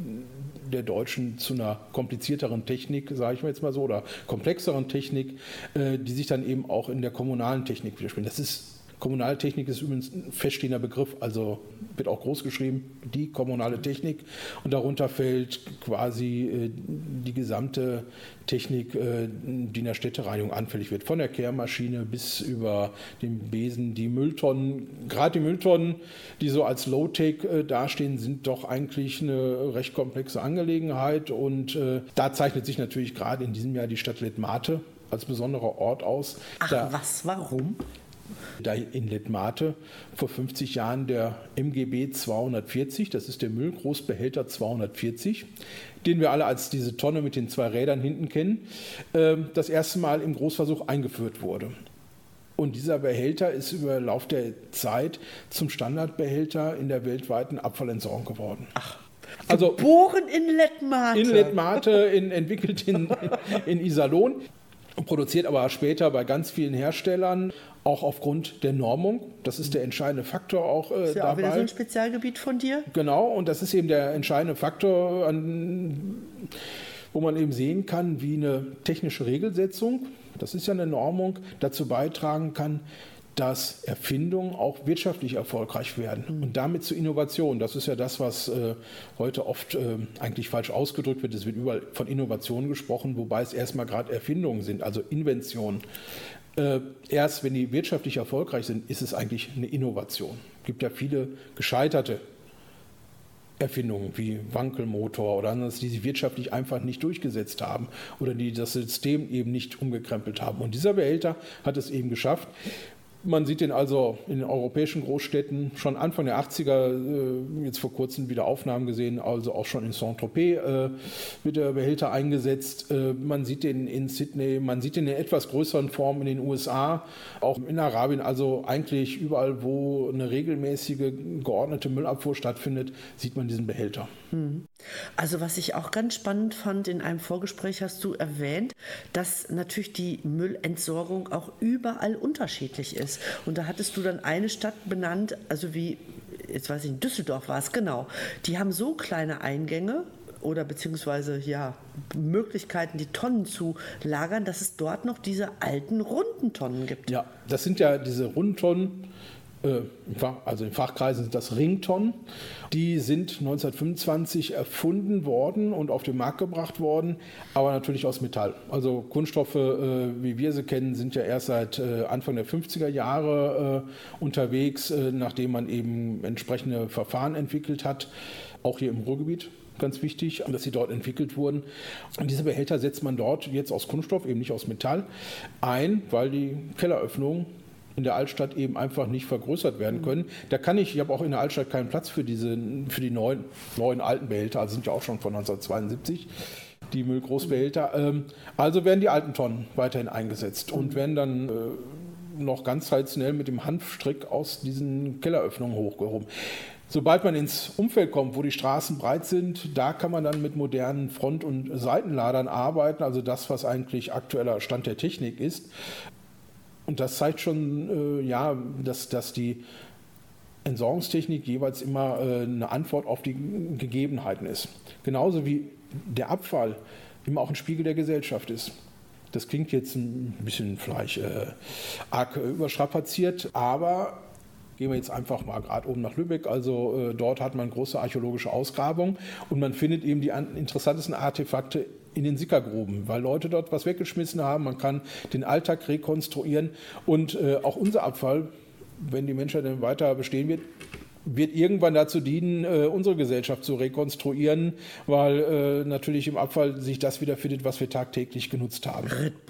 C: der Deutschen zu einer komplizierteren Technik, sage ich mal jetzt mal so, oder komplexeren Technik, die sich dann eben auch in der kommunalen Technik widerspiegeln. Kommunaltechnik ist übrigens ein feststehender Begriff, also wird auch groß geschrieben, die kommunale Technik. Und darunter fällt quasi die gesamte Technik, die in der Städtereinigung anfällig wird. Von der Kehrmaschine bis über den Besen, die Mülltonnen. Gerade die Mülltonnen, die so als Low-Tech dastehen, sind doch eigentlich eine recht komplexe Angelegenheit. Und da zeichnet sich natürlich gerade in diesem Jahr die Stadt Letmathe als besonderer Ort aus.
B: Warum?
C: Da in Letmathe vor 50 Jahren der MGB 240, das ist der Müllgroßbehälter 240, den wir alle als diese Tonne mit den 2 Rädern hinten kennen, das erste Mal im Großversuch eingeführt wurde. Und dieser Behälter ist über den Lauf der Zeit zum Standardbehälter in der weltweiten Abfallentsorgung geworden. Also
B: geboren in Letmathe.
C: In Letmathe, entwickelt in Iserlohn. Produziert aber später bei ganz vielen Herstellern, auch aufgrund der Normung. Das ist der entscheidende Faktor auch
B: ist ja
C: dabei.
B: Auch wieder so ein Spezialgebiet von dir.
C: Genau, und das ist eben der entscheidende Faktor, wo man eben sehen kann, wie eine technische Regelsetzung, das ist ja eine Normung, dazu beitragen kann, dass Erfindungen auch wirtschaftlich erfolgreich werden und damit zu Innovation. Das ist ja das, was heute oft eigentlich falsch ausgedrückt wird. Es wird überall von Innovation gesprochen, wobei es erstmal gerade Erfindungen sind, also Inventionen. Erst wenn die wirtschaftlich erfolgreich sind, ist es eigentlich eine Innovation. Es gibt ja viele gescheiterte Erfindungen wie Wankelmotor oder anderes, die sich wirtschaftlich einfach nicht durchgesetzt haben oder die das System eben nicht umgekrempelt haben. Und dieser Behälter hat es eben geschafft. Man sieht den also in den europäischen Großstädten schon Anfang der 80er, jetzt vor kurzem wieder Aufnahmen gesehen, also auch schon in Saint-Tropez wird der Behälter eingesetzt. Man sieht den in Sydney, man sieht den in etwas größeren Form in den USA, auch in Arabien, also eigentlich überall, wo eine regelmäßige geordnete Müllabfuhr stattfindet, sieht man diesen Behälter.
B: Also was ich auch ganz spannend fand, in einem Vorgespräch hast du erwähnt, dass natürlich die Müllentsorgung auch überall unterschiedlich ist. Und da hattest du dann eine Stadt benannt, also wie, jetzt weiß ich, in Düsseldorf war es, genau. Die haben so kleine Eingänge oder beziehungsweise ja, Möglichkeiten, die Tonnen zu lagern, dass es dort noch diese alten runden Tonnen gibt.
C: Ja, das sind ja diese runden Tonnen, also in Fachkreisen sind das Ringtonnen. Die sind 1925 erfunden worden und auf den Markt gebracht worden, aber natürlich aus Metall. Also Kunststoffe, wie wir sie kennen, sind ja erst seit Anfang der 50er Jahre unterwegs, nachdem man eben entsprechende Verfahren entwickelt hat, auch hier im Ruhrgebiet. Ganz wichtig, dass sie dort entwickelt wurden. Und diese Behälter setzt man dort jetzt aus Kunststoff, eben nicht aus Metall, ein, weil die Kelleröffnungen in der Altstadt eben einfach nicht vergrößert werden können. Ich habe auch in der Altstadt keinen Platz für die neuen alten Behälter, also sind ja auch schon von 1972, die Müllgroßbehälter. Also werden die alten Tonnen weiterhin eingesetzt und werden dann noch ganz traditionell mit dem Hanfstrick aus diesen Kelleröffnungen hochgehoben. Sobald man ins Umfeld kommt, wo die Straßen breit sind, da kann man dann mit modernen Front- und Seitenladern arbeiten, also das, was eigentlich aktueller Stand der Technik ist. Und das zeigt schon, dass die Entsorgungstechnik jeweils immer eine Antwort auf die Gegebenheiten ist. Genauso wie der Abfall immer auch ein Spiegel der Gesellschaft ist. Das klingt jetzt ein bisschen vielleicht arg überstrapaziert, aber gehen wir jetzt einfach mal gerade oben nach Lübeck. Also dort hat man große archäologische Ausgrabungen und man findet eben die interessantesten Artefakte in den Sickergruben, weil Leute dort was weggeschmissen haben. Man kann den Alltag rekonstruieren und auch unser Abfall, wenn die Menschheit dann weiter bestehen wird irgendwann dazu dienen, unsere Gesellschaft zu rekonstruieren, weil natürlich im Abfall sich das wiederfindet, was wir tagtäglich genutzt haben.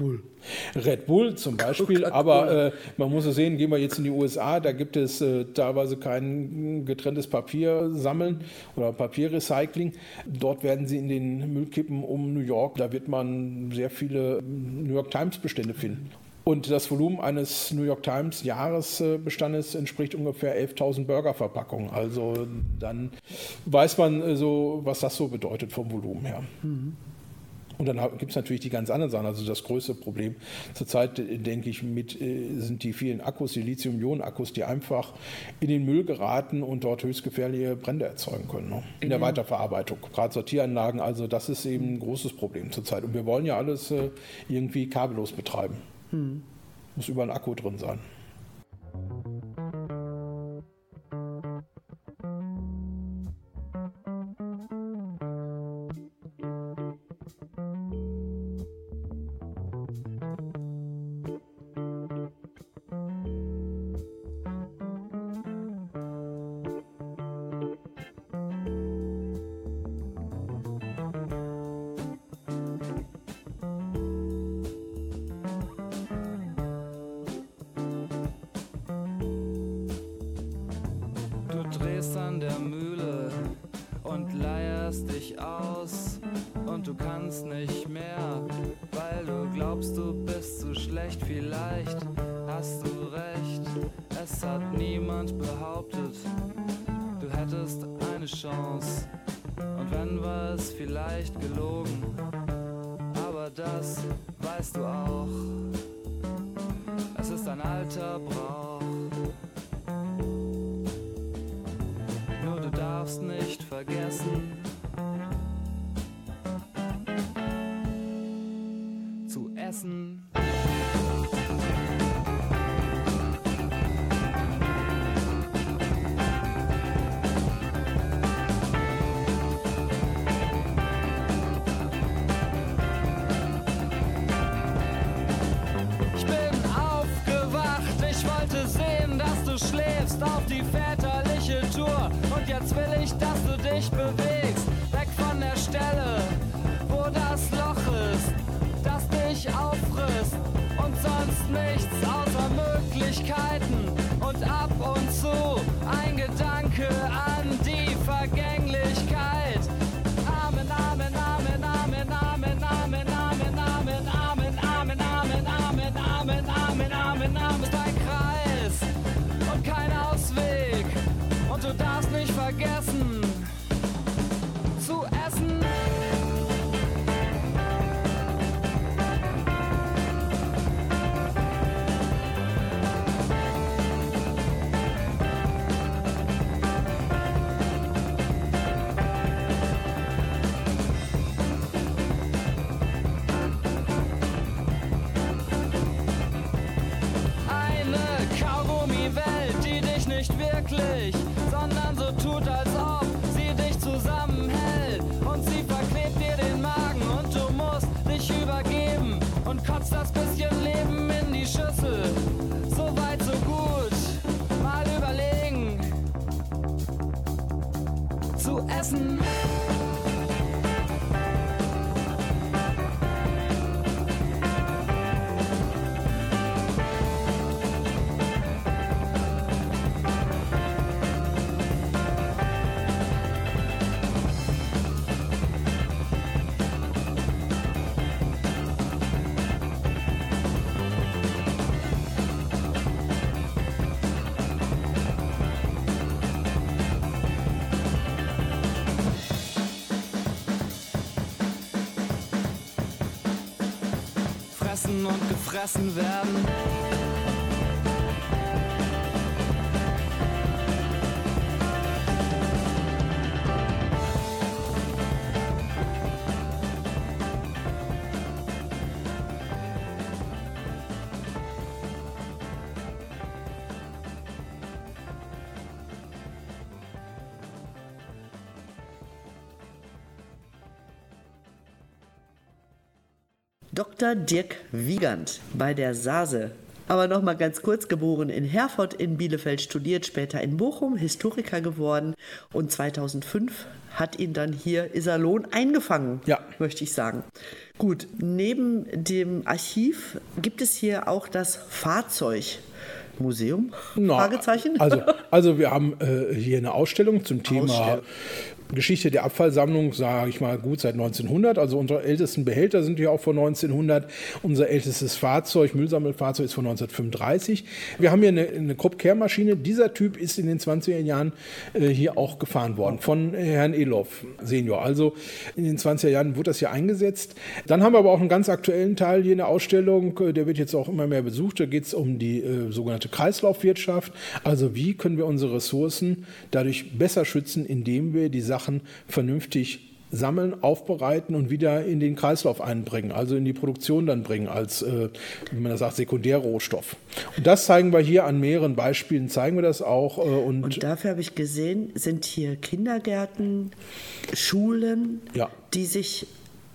C: Red Bull zum Beispiel, aber man muss es sehen, gehen wir jetzt in die USA, da gibt es teilweise kein getrenntes Papier sammeln oder Papierrecycling. Dort werden sie in den Müllkippen um New York, da wird man sehr viele New York Times Bestände finden. Und das Volumen eines New York Times Jahresbestandes entspricht ungefähr 11.000 Burgerverpackungen. Also dann weiß man so, was das so bedeutet vom Volumen her. Mhm. Und dann gibt es natürlich die ganz anderen Sachen. Also das größte Problem zurzeit, denke ich, sind die vielen Akkus, die Lithium-Ionen-Akkus, die einfach in den Müll geraten und dort höchst gefährliche Brände erzeugen können. Ne? In der Weiterverarbeitung. Gerade Sortieranlagen, also das ist eben ein großes Problem zurzeit. Und wir wollen ja alles irgendwie kabellos betreiben. Muss überall ein Akku drin sein.
F: An der Mühle und leierst dich aus und du kannst nicht mehr, weil du glaubst, du bist zu schlecht. Vielleicht hast du recht, es hat niemand behauptet, du hättest eine Chance und wenn war es vielleicht gelogen, aber das weißt du auch, es ist ein alter Brauch. Darfst nicht vergessen zu essen. sehen, dass du schläfst auf die väterliche Tour. Und jetzt will ich, dass du dich bewegst, weg von der Stelle, wo das Loch ist, das dich auffrisst. Und sonst nichts außer Möglichkeiten und ab und zu ein Gedanke an die Vergänglichkeit. Amen, Amen, Amen, Amen, Amen, Amen, Amen, Amen, Amen, Amen, Amen, Amen, Amen, Amen, Amen, Amen ist ein Kreis und kein Ausweg. Und du darfst nicht vergessen zu essen. Wirklich, sondern so tut, als ob sie dich zusammenhält und sie verklebt dir den Magen und du musst dich übergeben und kotzt das bisschen Leben in die Schüssel. So weit, so gut, mal überlegen, zu essen. Und gefressen werden.
B: Dr. Dirk Wiegand bei der SASE. Aber noch mal ganz kurz, geboren in Herford, in Bielefeld studiert, später in Bochum, Historiker geworden und 2005 hat ihn dann hier Iserlohn eingefangen, möchte ich sagen. Gut, neben dem Archiv gibt es hier auch das Fahrzeugmuseum? Fragezeichen?
C: Also wir haben hier eine Ausstellung zum Thema Geschichte der Abfallsammlung, sage ich mal, gut seit 1900. Also unsere ältesten Behälter sind hier auch von 1900. Unser ältestes Fahrzeug, Müllsammelfahrzeug, ist von 1935. Wir haben hier eine Krupp-Kehrmaschine. Dieser Typ ist in den 20er Jahren hier auch gefahren worden von Herrn Eloff Senior. Also in den 20er Jahren wurde das hier eingesetzt. Dann haben wir aber auch einen ganz aktuellen Teil hier in der Ausstellung. Der wird jetzt auch immer mehr besucht. Da geht es um die sogenannte Kreislaufwirtschaft. Also wie können wir unsere Ressourcen dadurch besser schützen, indem wir die Sachen vernünftig sammeln, aufbereiten und wieder in den Kreislauf einbringen, also in die Produktion dann bringen als, wie man das sagt, Sekundärrohstoff. Und das zeigen wir hier an mehreren Beispielen, zeigen wir das auch. Und
B: dafür habe ich gesehen, sind hier Kindergärten, Schulen, die sich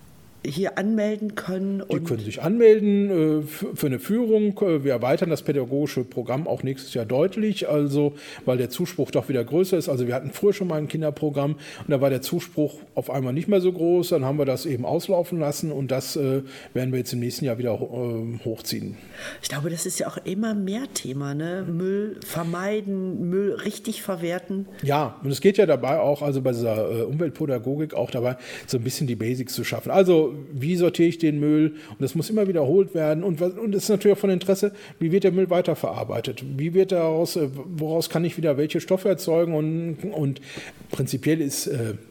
B: hier anmelden können.
C: Die können sich anmelden für eine Führung. Wir erweitern das pädagogische Programm auch nächstes Jahr deutlich, also weil der Zuspruch doch wieder größer ist. Also wir hatten früher schon mal ein Kinderprogramm und da war der Zuspruch auf einmal nicht mehr so groß. Dann haben wir das eben auslaufen lassen und das werden wir jetzt im nächsten Jahr wieder hochziehen.
B: Ich glaube, das ist ja auch immer mehr Thema, ne? Müll vermeiden, Müll richtig verwerten.
C: Ja, und es geht ja dabei auch, also bei dieser Umweltpädagogik auch dabei, so ein bisschen die Basics zu schaffen. Also wie sortiere ich den Müll? Und das muss immer wiederholt werden. Und es ist natürlich auch von Interesse, wie wird der Müll weiterverarbeitet? Wie wird daraus, woraus kann ich wieder welche Stoffe erzeugen? Und prinzipiell ist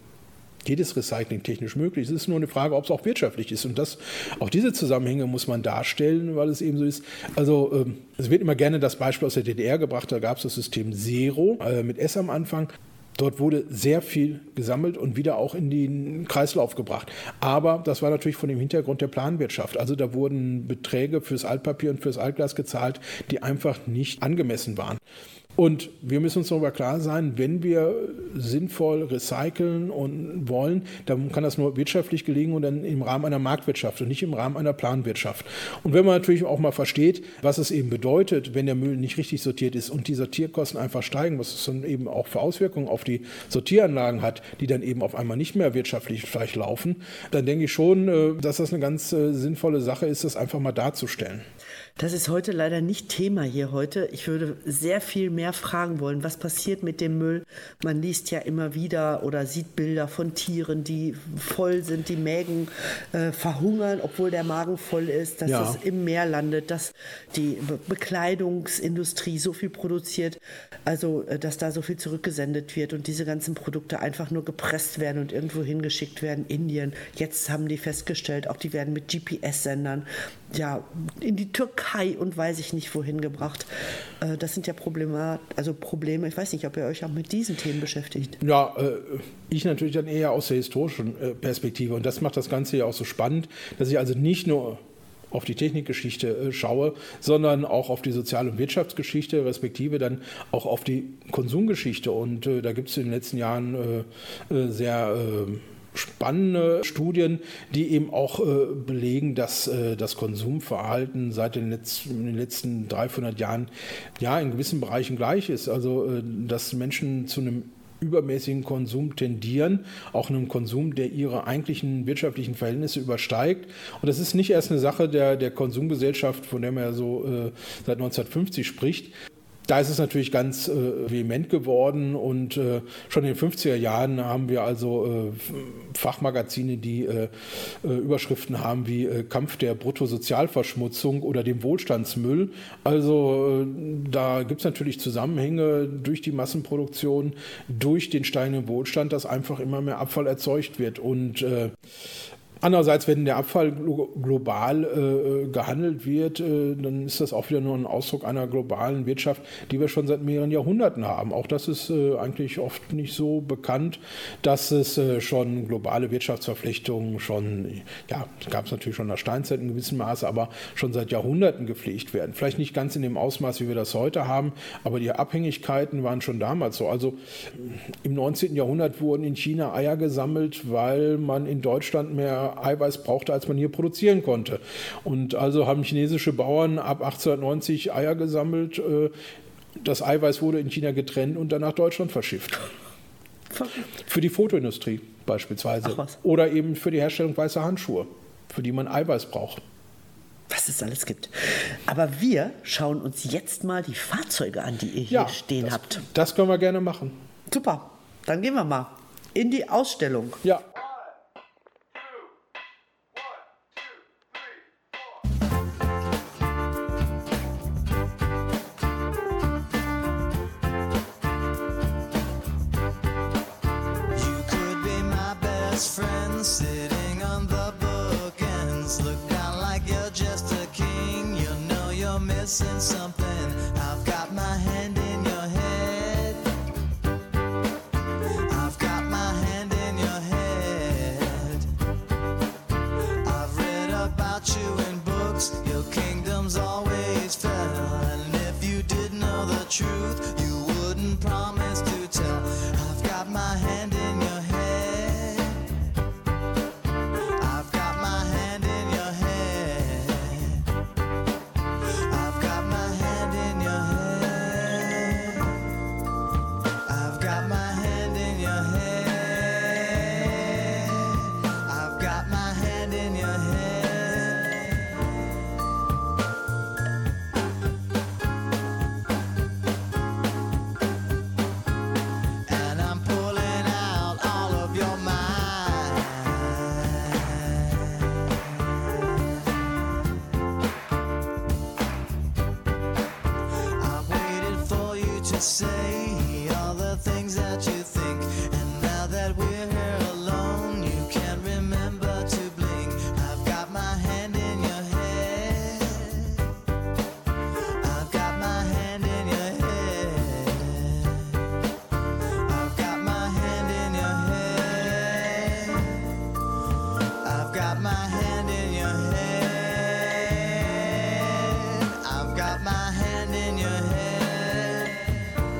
C: jedes Recycling technisch möglich. Es ist nur eine Frage, ob es auch wirtschaftlich ist. Und auch diese Zusammenhänge muss man darstellen, weil es eben so ist. Also es wird immer gerne das Beispiel aus der DDR gebracht. Da gab es das System Zero mit S am Anfang. Dort wurde sehr viel gesammelt und wieder auch in den Kreislauf gebracht. Aber das war natürlich von dem Hintergrund der Planwirtschaft. Also da wurden Beträge fürs Altpapier und fürs Altglas gezahlt, die einfach nicht angemessen waren. Und wir müssen uns darüber klar sein, wenn wir sinnvoll recyceln und wollen, dann kann das nur wirtschaftlich gelingen und dann im Rahmen einer Marktwirtschaft und nicht im Rahmen einer Planwirtschaft. Und wenn man natürlich auch mal versteht, was es eben bedeutet, wenn der Müll nicht richtig sortiert ist und die Sortierkosten einfach steigen, was es dann eben auch für Auswirkungen auf die Sortieranlagen hat, die dann eben auf einmal nicht mehr wirtschaftlich vielleicht laufen, dann denke ich schon, dass das eine ganz sinnvolle Sache ist, das einfach mal darzustellen.
B: Das ist heute leider nicht Thema hier heute. Ich würde sehr viel mehr fragen wollen, was passiert mit dem Müll? Man liest ja immer wieder oder sieht Bilder von Tieren, die voll sind, die Mägen verhungern, obwohl der Magen voll ist, dass es im Meer landet, dass die Bekleidungsindustrie so viel produziert, also dass da so viel zurückgesendet wird und diese ganzen Produkte einfach nur gepresst werden und irgendwo hingeschickt werden. Indien, jetzt haben die festgestellt, auch die werden mit GPS-Sendern in die Türkei und weiß ich nicht wohin gebracht. Das sind ja Probleme. Ich weiß nicht, ob ihr euch auch mit diesen Themen beschäftigt.
C: Ja, ich natürlich dann eher aus der historischen Perspektive. Und das macht das Ganze ja auch so spannend, dass ich also nicht nur auf die Technikgeschichte schaue, sondern auch auf die Sozial- und Wirtschaftsgeschichte, respektive dann auch auf die Konsumgeschichte. Und da gibt es in den letzten Jahren sehr spannende Studien, die eben auch belegen, dass das Konsumverhalten seit den letzten 300-400 Jahren in gewissen Bereichen gleich ist. Also dass Menschen zu einem übermäßigen Konsum tendieren, auch einem Konsum, der ihre eigentlichen wirtschaftlichen Verhältnisse übersteigt. Und das ist nicht erst eine Sache der Konsumgesellschaft, von der man ja so seit 1950 spricht. Da ist es natürlich ganz vehement geworden und schon in den 50er Jahren haben wir also Fachmagazine, die Überschriften haben wie Kampf der Bruttosozialverschmutzung oder dem Wohlstandsmüll. Also da gibt es natürlich Zusammenhänge durch die Massenproduktion, durch den steigenden Wohlstand, dass einfach immer mehr Abfall erzeugt wird. Und andererseits, wenn der Abfall global gehandelt wird, dann ist das auch wieder nur ein Ausdruck einer globalen Wirtschaft, die wir schon seit mehreren Jahrhunderten haben. Auch das ist eigentlich oft nicht so bekannt, dass es schon globale Wirtschaftsverflechtungen gab es natürlich schon in der Steinzeit in gewissem Maße, aber schon seit Jahrhunderten gepflegt werden. Vielleicht nicht ganz in dem Ausmaß, wie wir das heute haben, aber die Abhängigkeiten waren schon damals so. Also im 19. Jahrhundert wurden in China Eier gesammelt, weil man in Deutschland mehr Eiweiß brauchte, als man hier produzieren konnte. Und also haben chinesische Bauern ab 1890 Eier gesammelt. Das Eiweiß wurde in China getrennt und dann nach Deutschland verschifft. Für die Fotoindustrie beispielsweise.
B: Ach was.
C: Oder eben für die Herstellung weißer Handschuhe, für die man Eiweiß braucht.
B: Was es alles gibt. Aber wir schauen uns jetzt mal die Fahrzeuge an, die ihr hier stehen habt.
C: Das können wir gerne machen.
B: Super, dann gehen wir mal in die Ausstellung.
C: Ja.
G: Sitting on the bookends, look down like you're just a king. You know you're missing something. I've got my hand in your head. I've got my hand in your head. I've read about you in books. Your kingdom's always fell. And if you did know the truth, you wouldn't promise to tell. I've got my hand in your head. Say all the things that you think, and now that we're here alone, you can't remember to blink. I've got my hand in your head. I've got my hand in your head. I've got my hand in your head. I've got my hand in your head. I've got my hand in your head.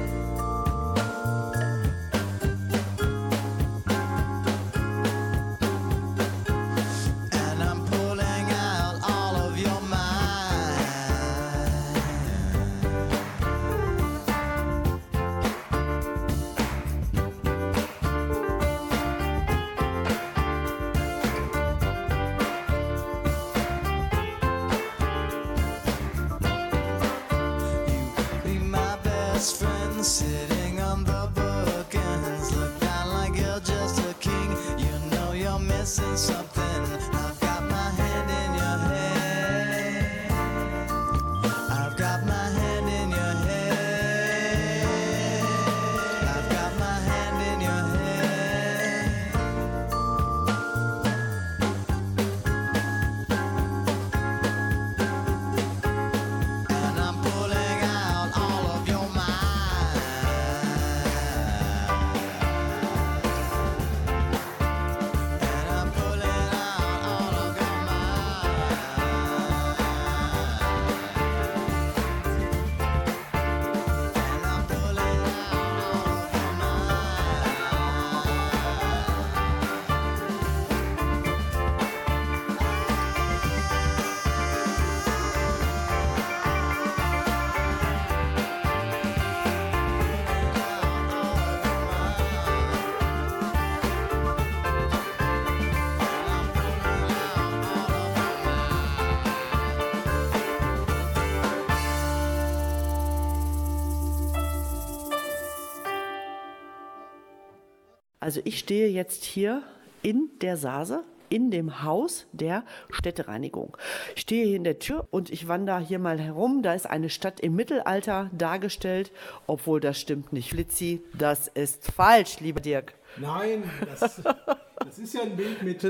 B: Also ich stehe jetzt hier in der Saase, in dem Haus der Städtereinigung. Ich stehe hier in der Tür und ich wandere hier mal herum. Da ist eine Stadt im Mittelalter dargestellt, obwohl das stimmt nicht. Flitzi, das ist falsch, lieber Dirk.
C: Nein, das ist ja ein Bild mit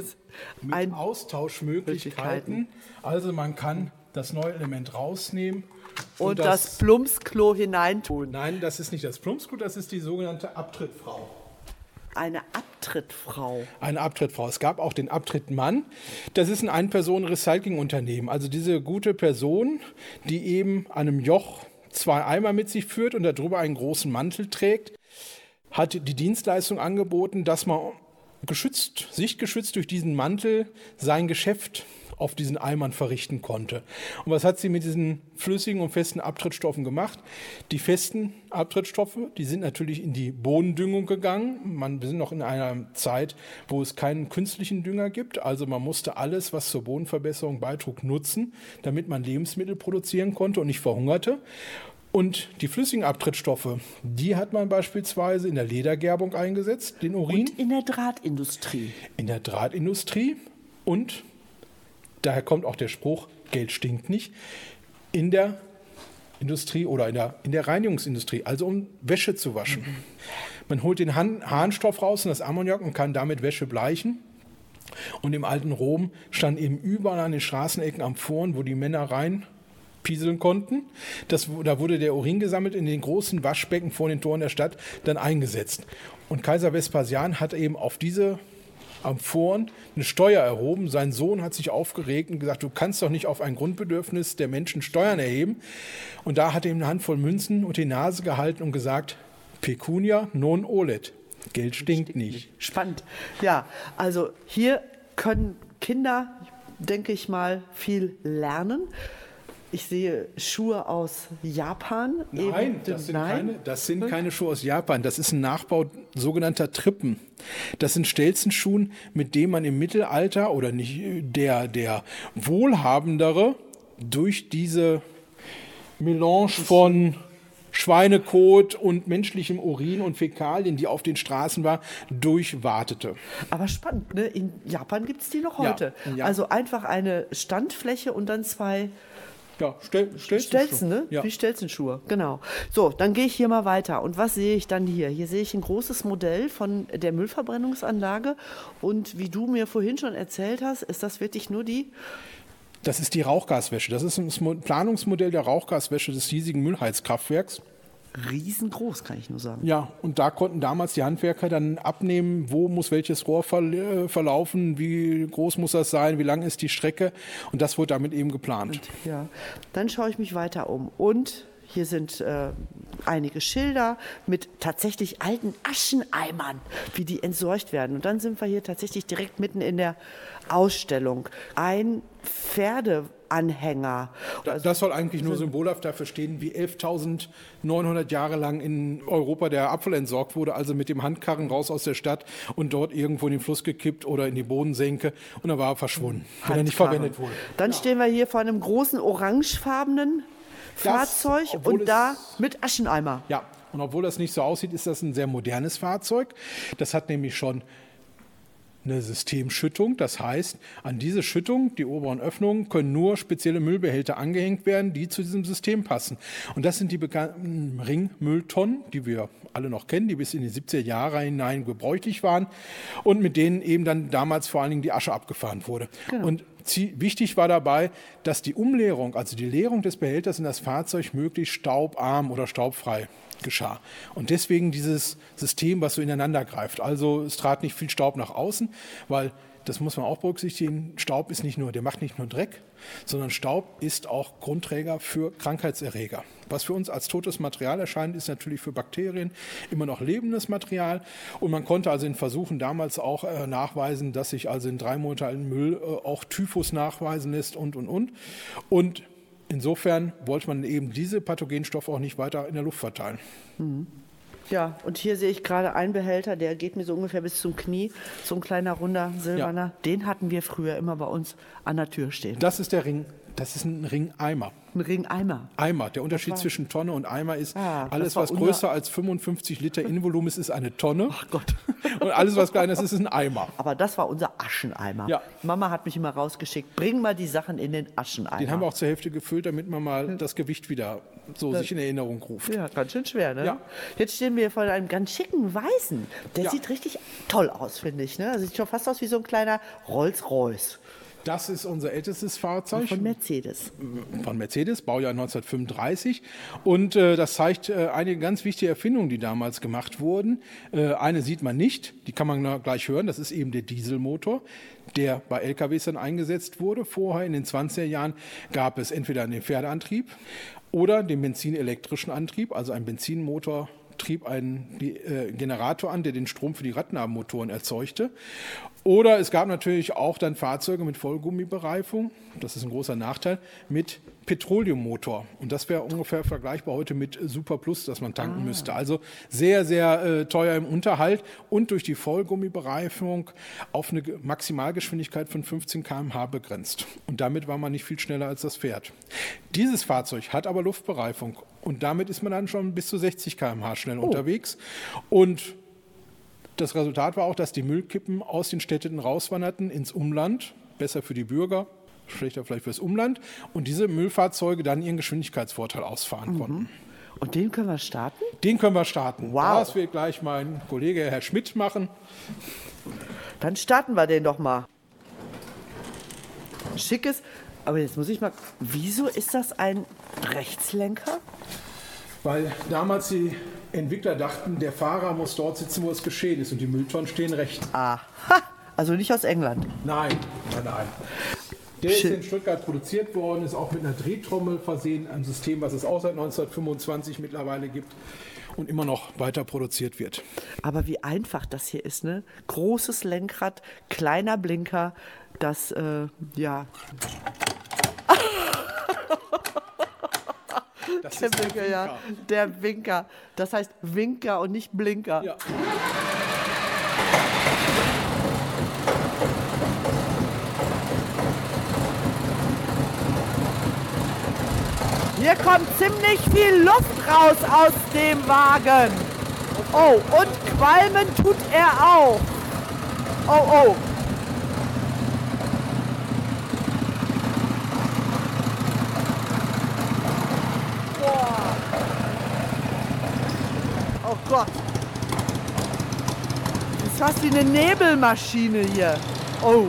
C: Austauschmöglichkeiten. Also man kann das neue Element rausnehmen.
B: Und das Plumpsklo hineintun.
C: Nein, das ist nicht das Plumpsklo, das ist die sogenannte Abtrittfrau.
B: Eine Abtrittfrau.
C: Eine Abtrittfrau. Es gab auch den Abtrittmann. Das ist ein Ein-Personen-Recycling-Unternehmen. Also diese gute Person, die eben an einem Joch 2 Eimer mit sich führt und darüber einen großen Mantel trägt, hat die Dienstleistung angeboten, dass man sichtgeschützt durch diesen Mantel sein Geschäft auf diesen Eimern verrichten konnte. Und was hat sie mit diesen flüssigen und festen Abtrittstoffen gemacht? Die festen Abtrittstoffe, die sind natürlich in die Bodendüngung gegangen. Wir sind noch in einer Zeit, wo es keinen künstlichen Dünger gibt. Also man musste alles, was zur Bodenverbesserung beitrug, nutzen, damit man Lebensmittel produzieren konnte und nicht verhungerte. Und die flüssigen Abtrittstoffe, die hat man beispielsweise in der Ledergerbung eingesetzt, den Urin.
B: Und in der Drahtindustrie.
C: In der Drahtindustrie und daher kommt auch der Spruch, Geld stinkt nicht, in der Industrie oder in der Reinigungsindustrie, also um Wäsche zu waschen. Man holt den Harnstoff raus und das Ammoniak und kann damit Wäsche bleichen. Und im alten Rom standen eben überall an den Straßenecken Amphoren, wo die Männer reinpieseln konnten. Da wurde der Urin gesammelt in den großen Waschbecken vor den Toren der Stadt dann eingesetzt. Und Kaiser Vespasian hat eben auf diese Amphoren eine Steuer erhoben. Sein Sohn hat sich aufgeregt und gesagt, du kannst doch nicht auf ein Grundbedürfnis der Menschen Steuern erheben. Und da hat er ihm eine Handvoll Münzen unter die Nase gehalten und gesagt, Pecunia non olet. Geld stinkt nicht.
B: Spannend. Ja, also hier können Kinder, denke ich mal, viel lernen. Ich sehe Schuhe aus Japan.
C: Nein, das sind keine Schuhe aus Japan. Das ist ein Nachbau sogenannter Trippen. Das sind Stelzenschuhen, mit denen man im Mittelalter oder nicht der Wohlhabendere durch diese Melange von Schweinekot und menschlichem Urin und Fäkalien, die auf den Straßen war, durchwartete.
B: Aber spannend, ne? In Japan gibt es die noch heute.
C: Ja.
B: Also einfach eine Standfläche und dann 2 Stelzen, ne?
C: Ja.
B: Wie Stelzenschuhe, genau. So, dann gehe ich hier mal weiter. Und was sehe ich dann hier? Hier sehe ich ein großes Modell von der Müllverbrennungsanlage. Und wie du mir vorhin schon erzählt hast, ist das wirklich nur die...
C: Das ist die Rauchgaswäsche. Das ist ein Planungsmodell der Rauchgaswäsche des hiesigen Müllheizkraftwerks.
B: Riesengroß, kann ich nur sagen.
C: Ja, und da konnten damals die Handwerker dann abnehmen, wo muss welches Rohr verlaufen, wie groß muss das sein, wie lang ist die Strecke. Und das wurde damit eben geplant.
B: Ja, dann schaue ich mich weiter um. Und hier sind einige Schilder mit tatsächlich alten Ascheneimern, wie die entsorgt werden. Und dann sind wir hier tatsächlich direkt mitten in der Ausstellung. Ein Pferdeanhänger.
C: Das soll eigentlich nur symbolhaft dafür stehen, wie 11.900 Jahre lang in Europa der Abfall entsorgt wurde, also mit dem Handkarren raus aus der Stadt und dort irgendwo in den Fluss gekippt oder in die Bodensenke und dann war er verschwunden, wenn er nicht verwendet wurde.
B: Dann stehen wir hier vor einem großen orangefarbenen Fahrzeug und da mit Ascheneimer.
C: Ja, und obwohl das nicht so aussieht, ist das ein sehr modernes Fahrzeug. Das hat nämlich schon eine Systemschüttung. Das heißt, an diese Schüttung, die oberen Öffnungen, können nur spezielle Müllbehälter angehängt werden, die zu diesem System passen. Und das sind die bekannten Ringmülltonnen, die wir alle noch kennen, die bis in die 70er Jahre hinein gebräuchlich waren und mit denen eben dann damals vor allen Dingen die Asche abgefahren wurde. Genau. Und wichtig war dabei, dass die Umleerung, also die Leerung des Behälters in das Fahrzeug möglichst staubarm oder staubfrei geschah. Und deswegen dieses System, was so ineinander greift. Also es trat nicht viel Staub nach außen, weil, das muss man auch berücksichtigen, Staub ist der macht nicht nur Dreck, sondern Staub ist auch Grundträger für Krankheitserreger. Was für uns als totes Material erscheint, ist natürlich für Bakterien immer noch lebendes Material. Und man konnte also in Versuchen damals auch nachweisen, dass sich also in 3 Monate alten Müll auch Typhus nachweisen lässt und. Und insofern wollte man eben diese Pathogenstoffe auch nicht weiter in der Luft verteilen.
B: Ja, und hier sehe ich gerade einen Behälter, der geht mir so ungefähr bis zum Knie. So ein kleiner, runder, silberner.
C: Ja.
B: Den hatten wir früher immer bei uns an der Tür stehen.
C: Das ist der Ring. Das ist ein Ringeimer.
B: Ein Ringeimer.
C: Eimer. Der Unterschied zwischen Tonne und Eimer ist,
B: Ah,
C: alles,
B: das war
C: was größer als 55 Liter Innenvolumen ist eine Tonne.
B: Ach Gott.
C: Und alles, was kleiner ist, ist ein Eimer.
B: Aber das war unser Ascheneimer.
C: Ja.
B: Mama hat mich immer rausgeschickt, bring mal die Sachen in den Ascheneimer.
C: Den haben wir auch zur Hälfte gefüllt, damit man mal das Gewicht wieder so sich in Erinnerung ruft.
B: Ja, ganz schön schwer, ne?
C: Ja.
B: Jetzt stehen wir vor einem ganz schicken Weißen. Der
C: Ja.
B: sieht richtig toll aus, finde ich. Ne? Also sieht schon fast aus wie so ein kleiner Rolls-Royce
C: Das ist unser ältestes Fahrzeug.
B: von Mercedes.
C: Von Mercedes, Baujahr 1935. Und das zeigt einige ganz wichtige Erfindungen, die damals gemacht wurden. Eine sieht man nicht, die kann man gleich hören. Das ist eben der Dieselmotor, der bei LKWs dann eingesetzt wurde. Vorher in den 20er Jahren gab es entweder den Pferdeantrieb oder den benzinelektrischen Antrieb, also ein Benzinmotor trieb einen Generator an, der den Strom für die Radnabenmotoren erzeugte. Oder es gab natürlich auch dann Fahrzeuge mit Vollgummibereifung, das ist ein großer Nachteil, mit Petroleummotor. Und das wäre ungefähr vergleichbar heute mit Super Plus, das man tanken müsste. Also sehr, sehr teuer im Unterhalt und durch die Vollgummibereifung auf eine Maximalgeschwindigkeit von 15 km/h begrenzt. Und damit war man nicht viel schneller als das Pferd. Dieses Fahrzeug hat aber Luftbereifung und damit ist man dann schon bis zu 60 km/h schnell unterwegs. Und das Resultat war auch, dass die Müllkippen aus den Städten rauswanderten ins Umland, besser für die Bürger, schlechter vielleicht fürs Umland, und diese Müllfahrzeuge dann ihren Geschwindigkeitsvorteil ausfahren konnten.
B: Und den können wir starten?
C: Den können wir starten.
B: Wow.
C: Das wird gleich mein Kollege Herr Schmidt machen.
B: Dann starten wir den doch mal. Schickes. Aber jetzt muss ich mal. Wieso ist das ein Rechtslenker?
C: Weil damals die Entwickler dachten, der Fahrer muss dort sitzen, wo es geschehen ist, und die Mülltonnen stehen rechts.
B: Aha. Also nicht aus England.
C: Nein, nein, nein. Der ist in Stuttgart produziert worden, ist auch mit einer Drehtrommel versehen, ein System, was es auch seit 1925 mittlerweile gibt und immer noch weiter produziert wird.
B: Aber wie einfach das hier ist, ne? Großes Lenkrad, kleiner Blinker, das, ja.
C: Das
B: Der
C: ist der
B: Winker, ja. Der Winker. Das heißt Winker und nicht Blinker.
C: Ja.
B: Hier kommt ziemlich viel Luft raus aus dem Wagen. Oh, und qualmen tut er auch. Oh, oh. Boah. Oh Gott. Das ist fast wie eine Nebelmaschine hier. Oh.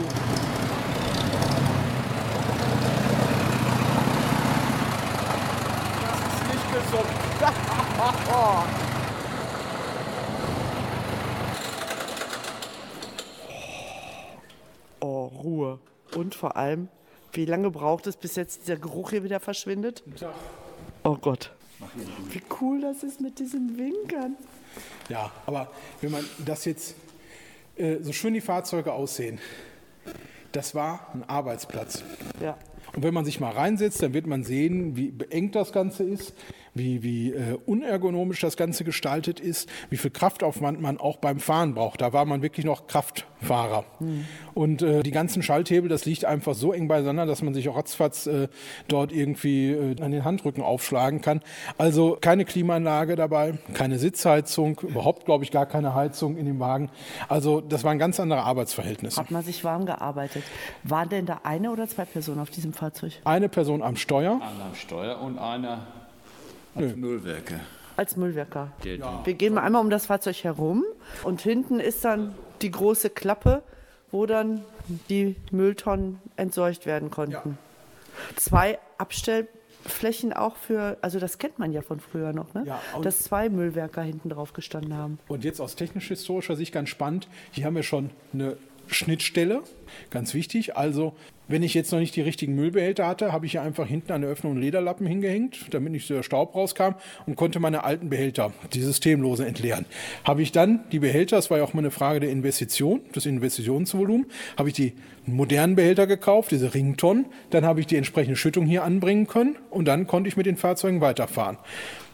B: Oh, Ruhe. Und vor allem, wie lange braucht es, bis jetzt dieser Geruch hier wieder verschwindet? Oh Gott. Wie cool das ist mit diesen Winkern.
C: Ja, aber wenn man das jetzt, so schön die Fahrzeuge aussehen, das war ein Arbeitsplatz.
B: Ja.
C: Und wenn man sich mal reinsetzt, dann wird man sehen, wie beengt das Ganze ist, wie unergonomisch das Ganze gestaltet ist, wie viel Kraftaufwand man auch beim Fahren braucht. Da war man wirklich noch Kraftfahrer. Und die ganzen Schalthebel, das liegt einfach so eng beiseinander, dass man sich auch ratzfatz dort irgendwie an den Handrücken aufschlagen kann. Also keine Klimaanlage dabei, keine Sitzheizung, überhaupt, glaube ich, gar keine Heizung in dem Wagen. Also das waren ganz andere Arbeitsverhältnisse.
B: Hat man sich warm gearbeitet. Waren denn da eine oder zwei Personen auf diesem Fahrzeug?
C: Eine Person am Steuer.
H: Einer am Steuer und einer als Müllwerker.
B: Als Müllwerker.
H: Ja.
B: Wir gehen mal einmal um das Fahrzeug herum und hinten ist dann die große Klappe, wo dann die Mülltonnen entsorgt werden konnten.
C: Ja.
B: 2 Abstellflächen auch für, also das kennt man ja von früher noch, ne?
C: Ja, und
B: dass 2 Müllwerker hinten drauf gestanden haben.
C: Und jetzt aus technisch-historischer Sicht ganz spannend, hier haben wir schon eine Schnittstelle, ganz wichtig. Also wenn ich jetzt noch nicht die richtigen Müllbehälter hatte, habe ich hier einfach hinten an der Öffnung einen Lederlappen hingehängt, damit nicht so der Staub rauskam, und konnte meine alten Behälter, die systemlosen, entleeren. Habe ich dann die Behälter, das war ja auch mal eine Frage der Investition, des Investitionsvolumen, habe ich die modernen Behälter gekauft, diese Ringtonnen, dann habe ich die entsprechende Schüttung hier anbringen können und dann konnte ich mit den Fahrzeugen weiterfahren.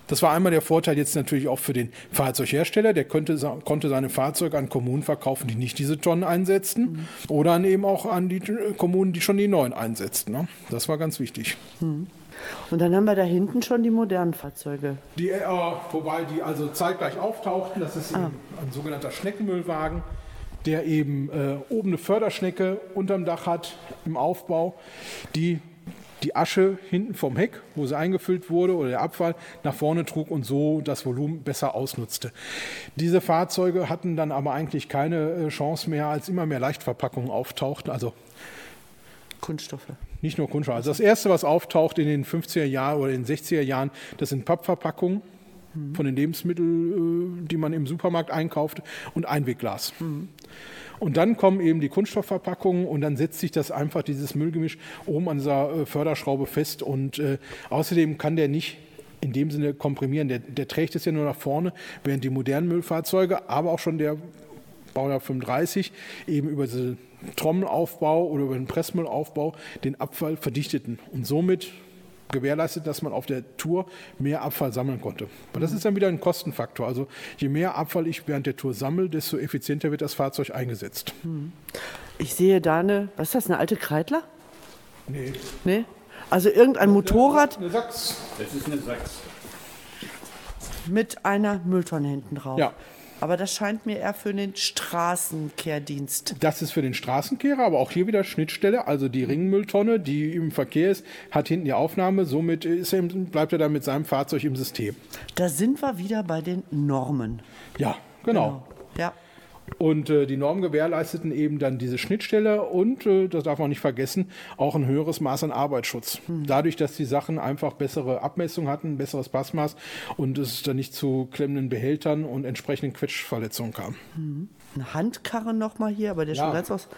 C: Das war einmal der Vorteil jetzt natürlich auch für den Fahrzeughersteller. Der konnte seine Fahrzeuge an Kommunen verkaufen, die nicht diese Tonnen einsetzten, oder an eben auch an die Kommunen, die schon die neuen einsetzten. Ne? Das war ganz wichtig.
B: Und dann haben wir da hinten schon die modernen Fahrzeuge.
C: Wobei die also zeitgleich auftauchten. Das ist eben ein sogenannter Schneckenmüllwagen, der eben oben eine Förderschnecke unterm Dach hat im Aufbau, die Asche hinten vom Heck, wo sie eingefüllt wurde, oder der Abfall nach vorne trug und so das Volumen besser ausnutzte. Diese Fahrzeuge hatten dann aber eigentlich keine Chance mehr, als immer mehr Leichtverpackungen auftauchten, also
B: Kunststoffe.
C: Nicht nur Kunststoff. Also das Erste, was auftaucht in den 50er Jahren oder in den 60er Jahren, das sind Pappverpackungen von den Lebensmitteln, die man im Supermarkt einkauft, und Einwegglas. Und dann kommen eben die Kunststoffverpackungen und dann setzt sich das einfach, dieses Müllgemisch, oben an dieser Förderschraube fest. Und außerdem kann der nicht in dem Sinne komprimieren. Der trägt es ja nur nach vorne, während die modernen Müllfahrzeuge, aber auch schon der Baujahr 35, eben über diesen Trommelaufbau oder über den Pressmüllaufbau den Abfall verdichteten und somit gewährleistet, dass man auf der Tour mehr Abfall sammeln konnte. Aber das ist dann wieder ein Kostenfaktor. Also je mehr Abfall ich während der Tour sammle, desto effizienter wird das Fahrzeug eingesetzt.
B: Ich sehe da was ist das, eine alte Kreidler?
C: Nee.
B: Also irgendein Motorrad
C: Eine Sachs.
H: Das ist eine Sachs.
B: mit einer Mülltonne hinten drauf.
C: Ja.
B: Aber das scheint mir eher für den Straßenkehrdienst.
C: Das ist für den Straßenkehrer, aber auch hier wieder Schnittstelle. Also die Ringmülltonne, die im Verkehr ist, hat hinten die Aufnahme. Somit bleibt er dann mit seinem Fahrzeug im System.
B: Da sind wir wieder bei den Normen.
C: Ja, genau.
B: Ja.
C: Und die Normen gewährleisteten eben dann diese Schnittstelle und, das darf man nicht vergessen, auch ein höheres Maß an Arbeitsschutz. Dadurch, dass die Sachen einfach bessere Abmessung hatten, besseres Passmaß und es dann nicht zu klemmenden Behältern und entsprechenden Quetschverletzungen kam.
B: Eine Handkarre nochmal hier, aber der schon ganz aus.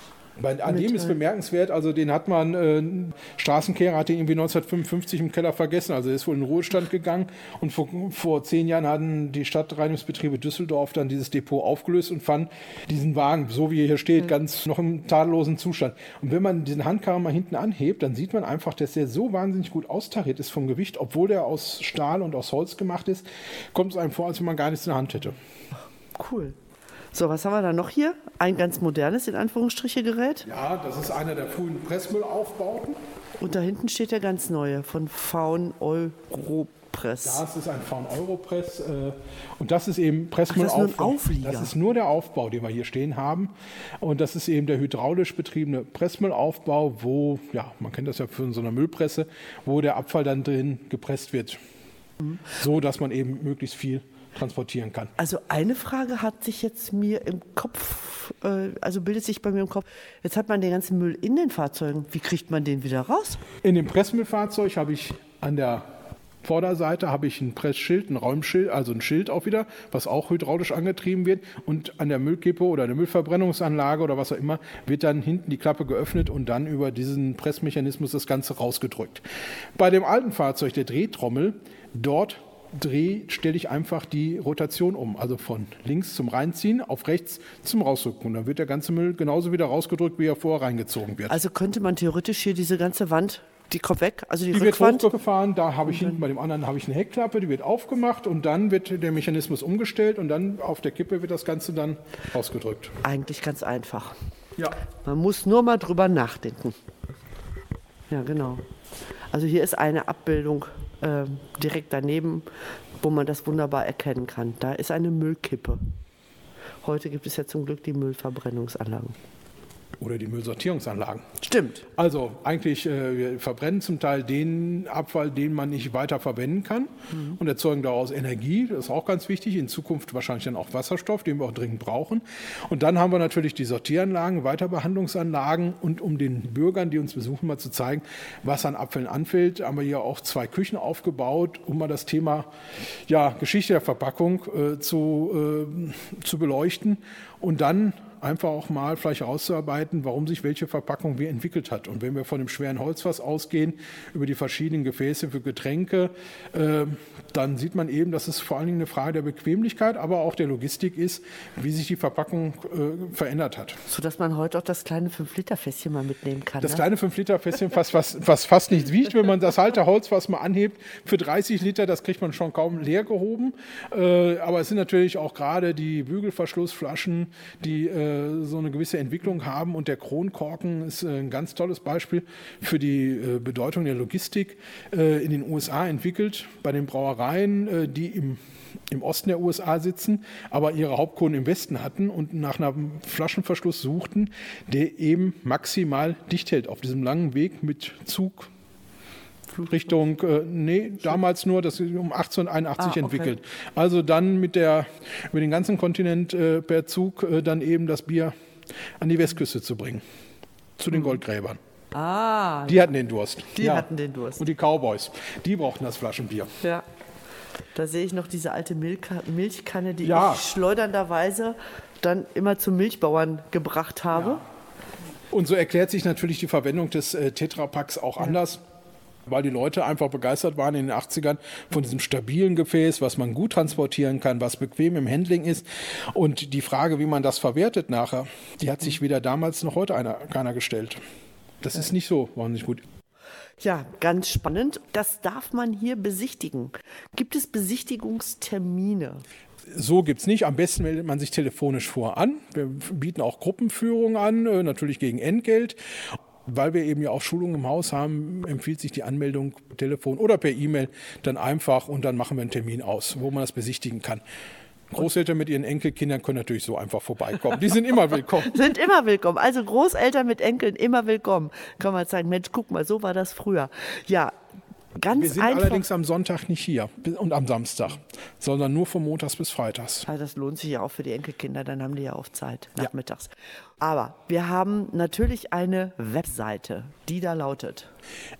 C: An dem ist bemerkenswert, also den hat man, Straßenkehrer hat den irgendwie 1955 im Keller vergessen, also er ist wohl in den Ruhestand gegangen und vor 10 Jahren hatten die Stadtreinigungsbetriebe Düsseldorf dann dieses Depot aufgelöst und fanden diesen Wagen, so wie er hier steht, ganz noch im tadellosen Zustand. Und wenn man diesen Handkarren mal hinten anhebt, dann sieht man einfach, dass der so wahnsinnig gut austariert ist vom Gewicht, obwohl der aus Stahl und aus Holz gemacht ist, kommt es einem vor, als wenn man gar nichts in der Hand hätte.
B: Cool. So, was haben wir da noch hier? Ein ganz modernes, in Anführungsstriche, Gerät.
C: Ja, das ist einer der frühen Pressmüllaufbauten.
B: Und da hinten steht der ganz neue, von Faun Europress.
C: Das ist ein Faun Europress. Und das ist eben Pressmüllaufbau.
B: Das ist nur ein Auflieger.
C: Das ist nur der Aufbau, den wir hier stehen haben. Und das ist eben der hydraulisch betriebene Pressmüllaufbau, wo, ja, man kennt das ja von so einer Müllpresse, wo der Abfall dann drin gepresst wird. So, dass man eben möglichst viel transportieren kann.
B: Also eine Frage hat sich jetzt mir im Kopf, bildet sich bei mir im Kopf, jetzt hat man den ganzen Müll in den Fahrzeugen, wie kriegt man den wieder raus?
C: In dem Pressmüllfahrzeug habe ich an der Vorderseite ein Pressschild, ein Räumschild, also ein Schild auch wieder, was auch hydraulisch angetrieben wird, und an der Müllkippe oder der Müllverbrennungsanlage oder was auch immer wird dann hinten die Klappe geöffnet und dann über diesen Pressmechanismus das Ganze rausgedrückt. Bei dem alten Fahrzeug, der Drehtrommel, dort stelle ich einfach die Rotation um, also von links zum Reinziehen auf rechts zum Rausdrücken. Und dann wird der ganze Müll genauso wieder rausgedrückt, wie er vorher reingezogen wird.
B: Also könnte man theoretisch hier diese ganze Wand, die kommt weg, also die
C: wird
B: Rückwand.
C: hochgefahren, da habe ich hinten bei dem anderen eine Heckklappe, die wird aufgemacht und dann wird der Mechanismus umgestellt und dann auf der Kippe wird das Ganze dann rausgedrückt.
B: Eigentlich ganz einfach.
C: Ja.
B: Man muss nur mal drüber nachdenken. Ja, genau. Also hier ist eine Abbildung direkt daneben, wo man das wunderbar erkennen kann. Da ist eine Müllkippe. Heute gibt es ja zum Glück die Müllverbrennungsanlagen.
C: Oder die Müllsortierungsanlagen.
B: Stimmt.
C: Also eigentlich, wir verbrennen zum Teil den Abfall, den man nicht weiter verwenden kann und erzeugen daraus Energie. Das ist auch ganz wichtig. In Zukunft wahrscheinlich dann auch Wasserstoff, den wir auch dringend brauchen. Und dann haben wir natürlich die Sortieranlagen, Weiterbehandlungsanlagen. Und um den Bürgern, die uns besuchen, mal zu zeigen, was an Abfällen anfällt, haben wir hier auch 2 Küchen aufgebaut, um mal das Thema Geschichte der Verpackung zu beleuchten. Und dann einfach auch mal vielleicht herauszuarbeiten, warum sich welche Verpackung wie entwickelt hat. Und wenn wir von dem schweren Holzfass ausgehen, über die verschiedenen Gefäße für Getränke, dann sieht man eben, dass es vor allen Dingen eine Frage der Bequemlichkeit, aber auch der Logistik ist, wie sich die Verpackung verändert hat.
B: Sodass man heute auch das kleine 5-Liter-Fässchen mal mitnehmen kann.
C: Das
B: ne?
C: kleine 5-Liter-Fässchen, was fast nichts wiegt, wenn man das alte Holzfass mal anhebt, für 30 Liter, das kriegt man schon kaum leer gehoben. Aber es sind natürlich auch gerade die Bügelverschlussflaschen, die so eine gewisse Entwicklung haben. Und der Kronkorken ist ein ganz tolles Beispiel für die Bedeutung der Logistik in den USA entwickelt, bei den Brauereien, die im Osten der USA sitzen, aber ihre Hauptkunden im Westen hatten und nach einem Flaschenverschluss suchten, der eben maximal dicht hält auf diesem langen Weg mit Zug Richtung, damals nur, das ist um 1881 entwickelt. Also dann über den ganzen Kontinent per Zug dann eben das Bier an die Westküste zu bringen, zu den Goldgräbern. Die hatten den Durst.
B: Die hatten den Durst.
C: Und die Cowboys, die brauchten das Flaschenbier.
B: Ja. Da sehe ich noch diese alte Milchkanne, die ich schleudernderweise dann immer zum Milchbauern gebracht habe.
C: Ja. Und so erklärt sich natürlich die Verwendung des Tetrapacks auch anders, weil die Leute einfach begeistert waren in den 80ern von diesem stabilen Gefäß, was man gut transportieren kann, was bequem im Handling ist. Und die Frage, wie man das verwertet nachher, die hat sich weder damals noch heute keiner gestellt. Das ist nicht so wahnsinnig gut.
B: Ja, ganz spannend. Das darf man hier besichtigen. Gibt es Besichtigungstermine?
C: So gibt es nicht. Am besten meldet man sich telefonisch an. Wir bieten auch Gruppenführungen an, natürlich gegen Entgelt. Weil wir eben ja auch Schulungen im Haus haben, empfiehlt sich die Anmeldung per Telefon oder per E-Mail dann einfach und dann machen wir einen Termin aus, wo man das besichtigen kann. Großeltern mit ihren Enkelkindern können natürlich so einfach vorbeikommen. Die sind immer willkommen.
B: Sind immer willkommen. Also Großeltern mit Enkeln immer willkommen. Kann man sagen, Mensch, guck mal, so war das früher. Ja, ganz
C: Wir sind
B: einfach.
C: allerdings am Sonntag nicht hier und am Samstag, sondern nur von Montags bis Freitags.
B: Ja, das lohnt sich ja auch für die Enkelkinder, dann haben die ja auch Zeit nachmittags. Aber wir haben natürlich eine Webseite, die da lautet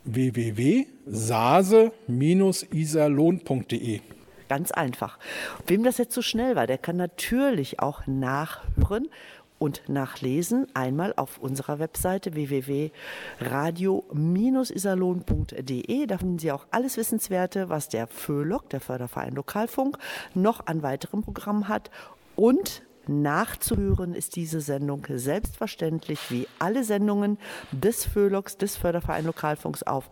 C: www.sase-iserlohn.de.
B: Ganz einfach. Wem das jetzt zu schnell war, der kann natürlich auch nachhören und nachlesen, einmal auf unserer Webseite www.radio-iserlohn.de. Da finden Sie auch alles Wissenswerte, was der FÖLOG, der Förderverein Lokalfunk, noch an weiterem Programm hat. Und nachzuhören ist diese Sendung selbstverständlich wie alle Sendungen des FÖLOGs, des Förderverein Lokalfunks auf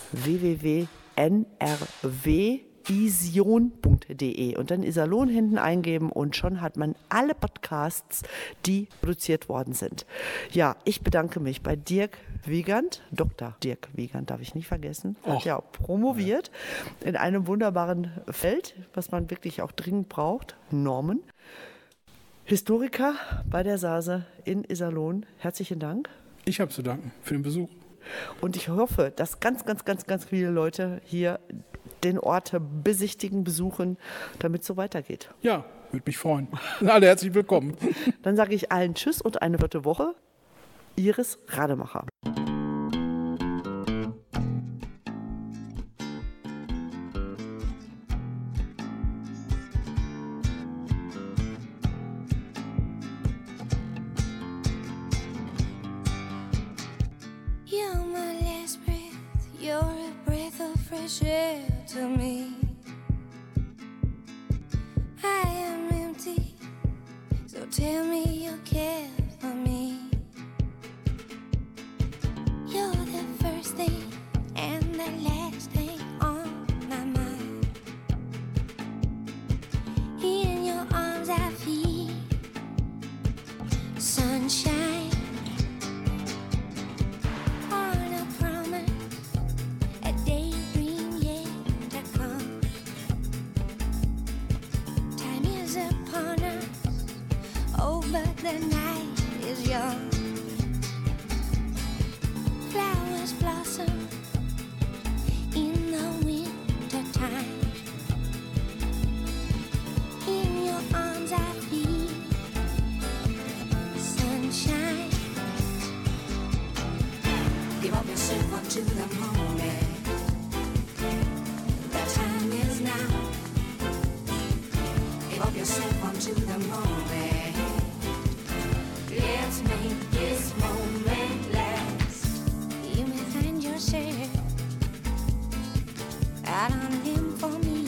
B: www.nrw.ision.de und dann Iserlohn hinten eingeben und schon hat man alle Podcasts, die produziert worden sind. Ja, ich bedanke mich bei Dirk Wiegand, Dr. Dirk Wiegand, darf ich nicht vergessen, hat ja auch promoviert in einem wunderbaren Feld, was man wirklich auch dringend braucht, Normen. Historiker bei der Sase in Iserlohn, herzlichen Dank.
C: Ich habe zu danken für den Besuch.
B: Und ich hoffe, dass ganz viele Leute hier den Ort besichtigen, besuchen, damit es so weitergeht.
C: Ja, würde mich freuen. Alle herzlich willkommen.
B: Dann sage ich allen Tschüss und eine gute Woche. Iris Rademacher.
I: You're my last breath, you're a breath of fresh air to me. I am empty, so tell me you care for me. You're the first thing and the last thing on my mind. In your arms I feel sunshine. The night out on a limb for me.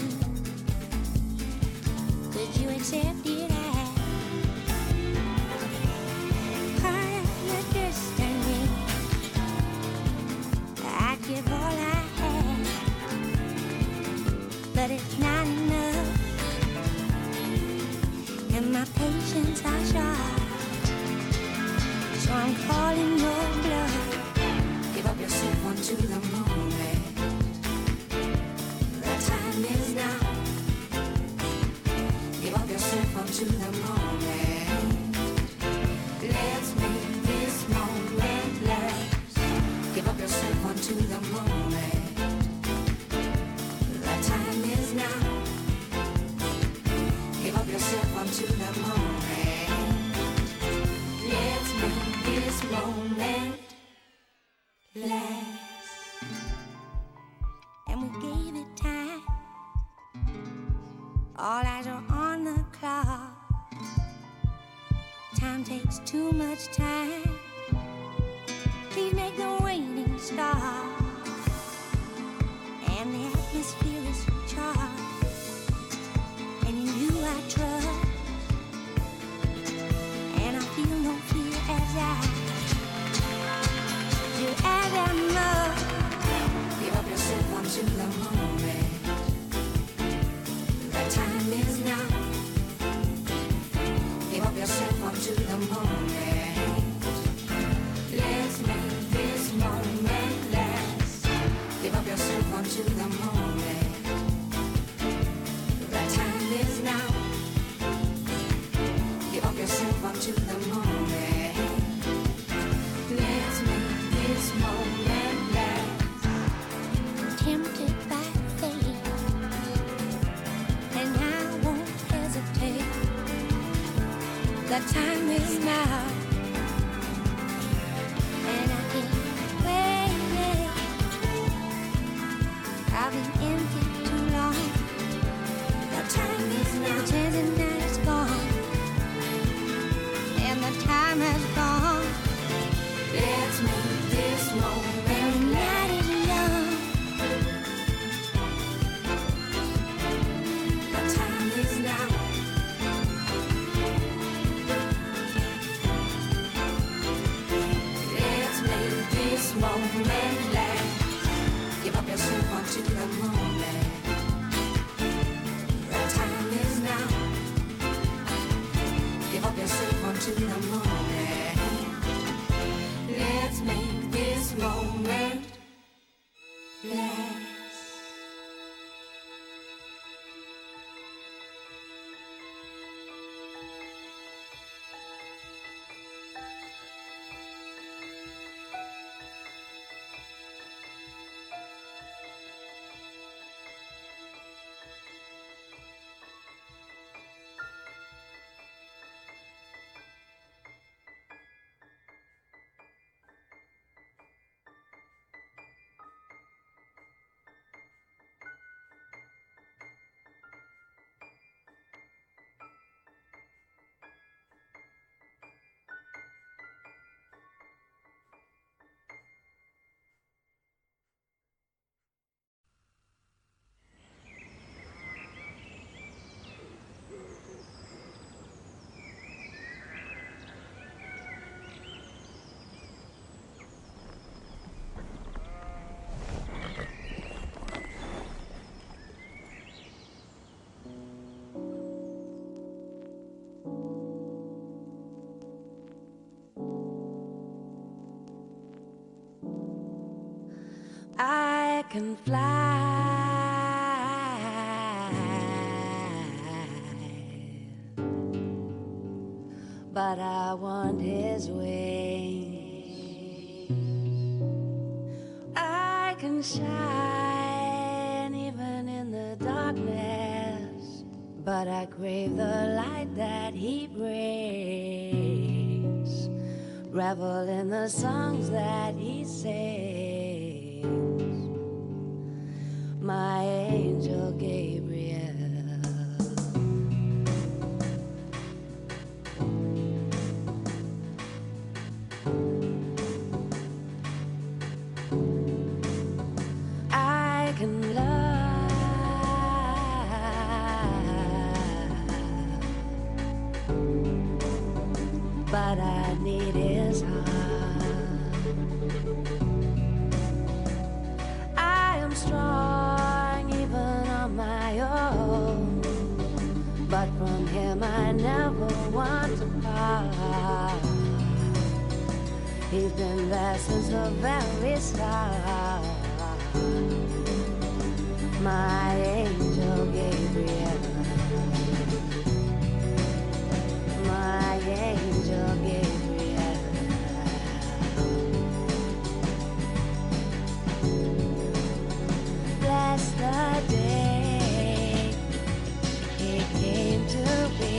I: Could you accept it as part of your destiny? I'd give all I have, but it's not enough, and my patience are short. So I'm calling your bluff. Give up yourself onto the moment. The time is now. Give up yourself onto the moment. Let's make this moment last. Give up yourself onto the moment. The time is now. Give up yourself onto the moment. Let's make this moment last. And we gave it time. All eyes are on the clock. Time takes too much time. Please make the waiting stop. And the atmosphere is charged. And in you I trust. And I feel no fear as I do as I must. Give up yourself onto the moment. The time is now. Give up yourself onto the moment. Let's make this moment last. Give up yourself onto the moment. The time is now. Give up yourself onto the moment. Let's make this moment last. Tempted by fate, and I won't hesitate. The time is now, and I can't wait. I've been empty too long. The time is now. The chance and night is gone, and the time has gone. Let's make this moment. And the night is young. The time is now. Let's make this moment last. Give up yourself onto the moment. The time is now. Give up yourself onto the moment. Let's make this moment last.
J: I can fly, but I want his wings. I can shine even in the darkness, but I crave the light that he brings. Revel in the songs that he sings. My angel Gabriel. I can love He's been there since the very start. My angel Gabriel. My angel Gabriel. Bless the day he came to be.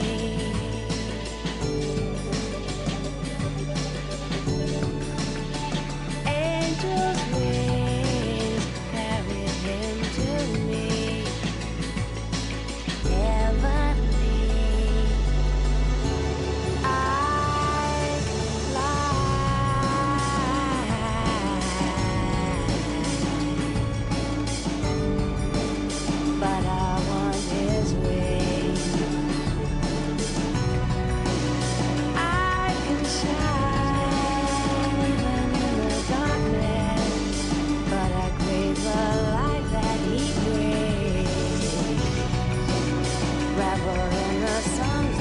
J: Angels' wings carried him to me. Heavenly, I fly, but I want his wings. I can shine even in the darkness, but I crave the light that he brings. Revel in the sun.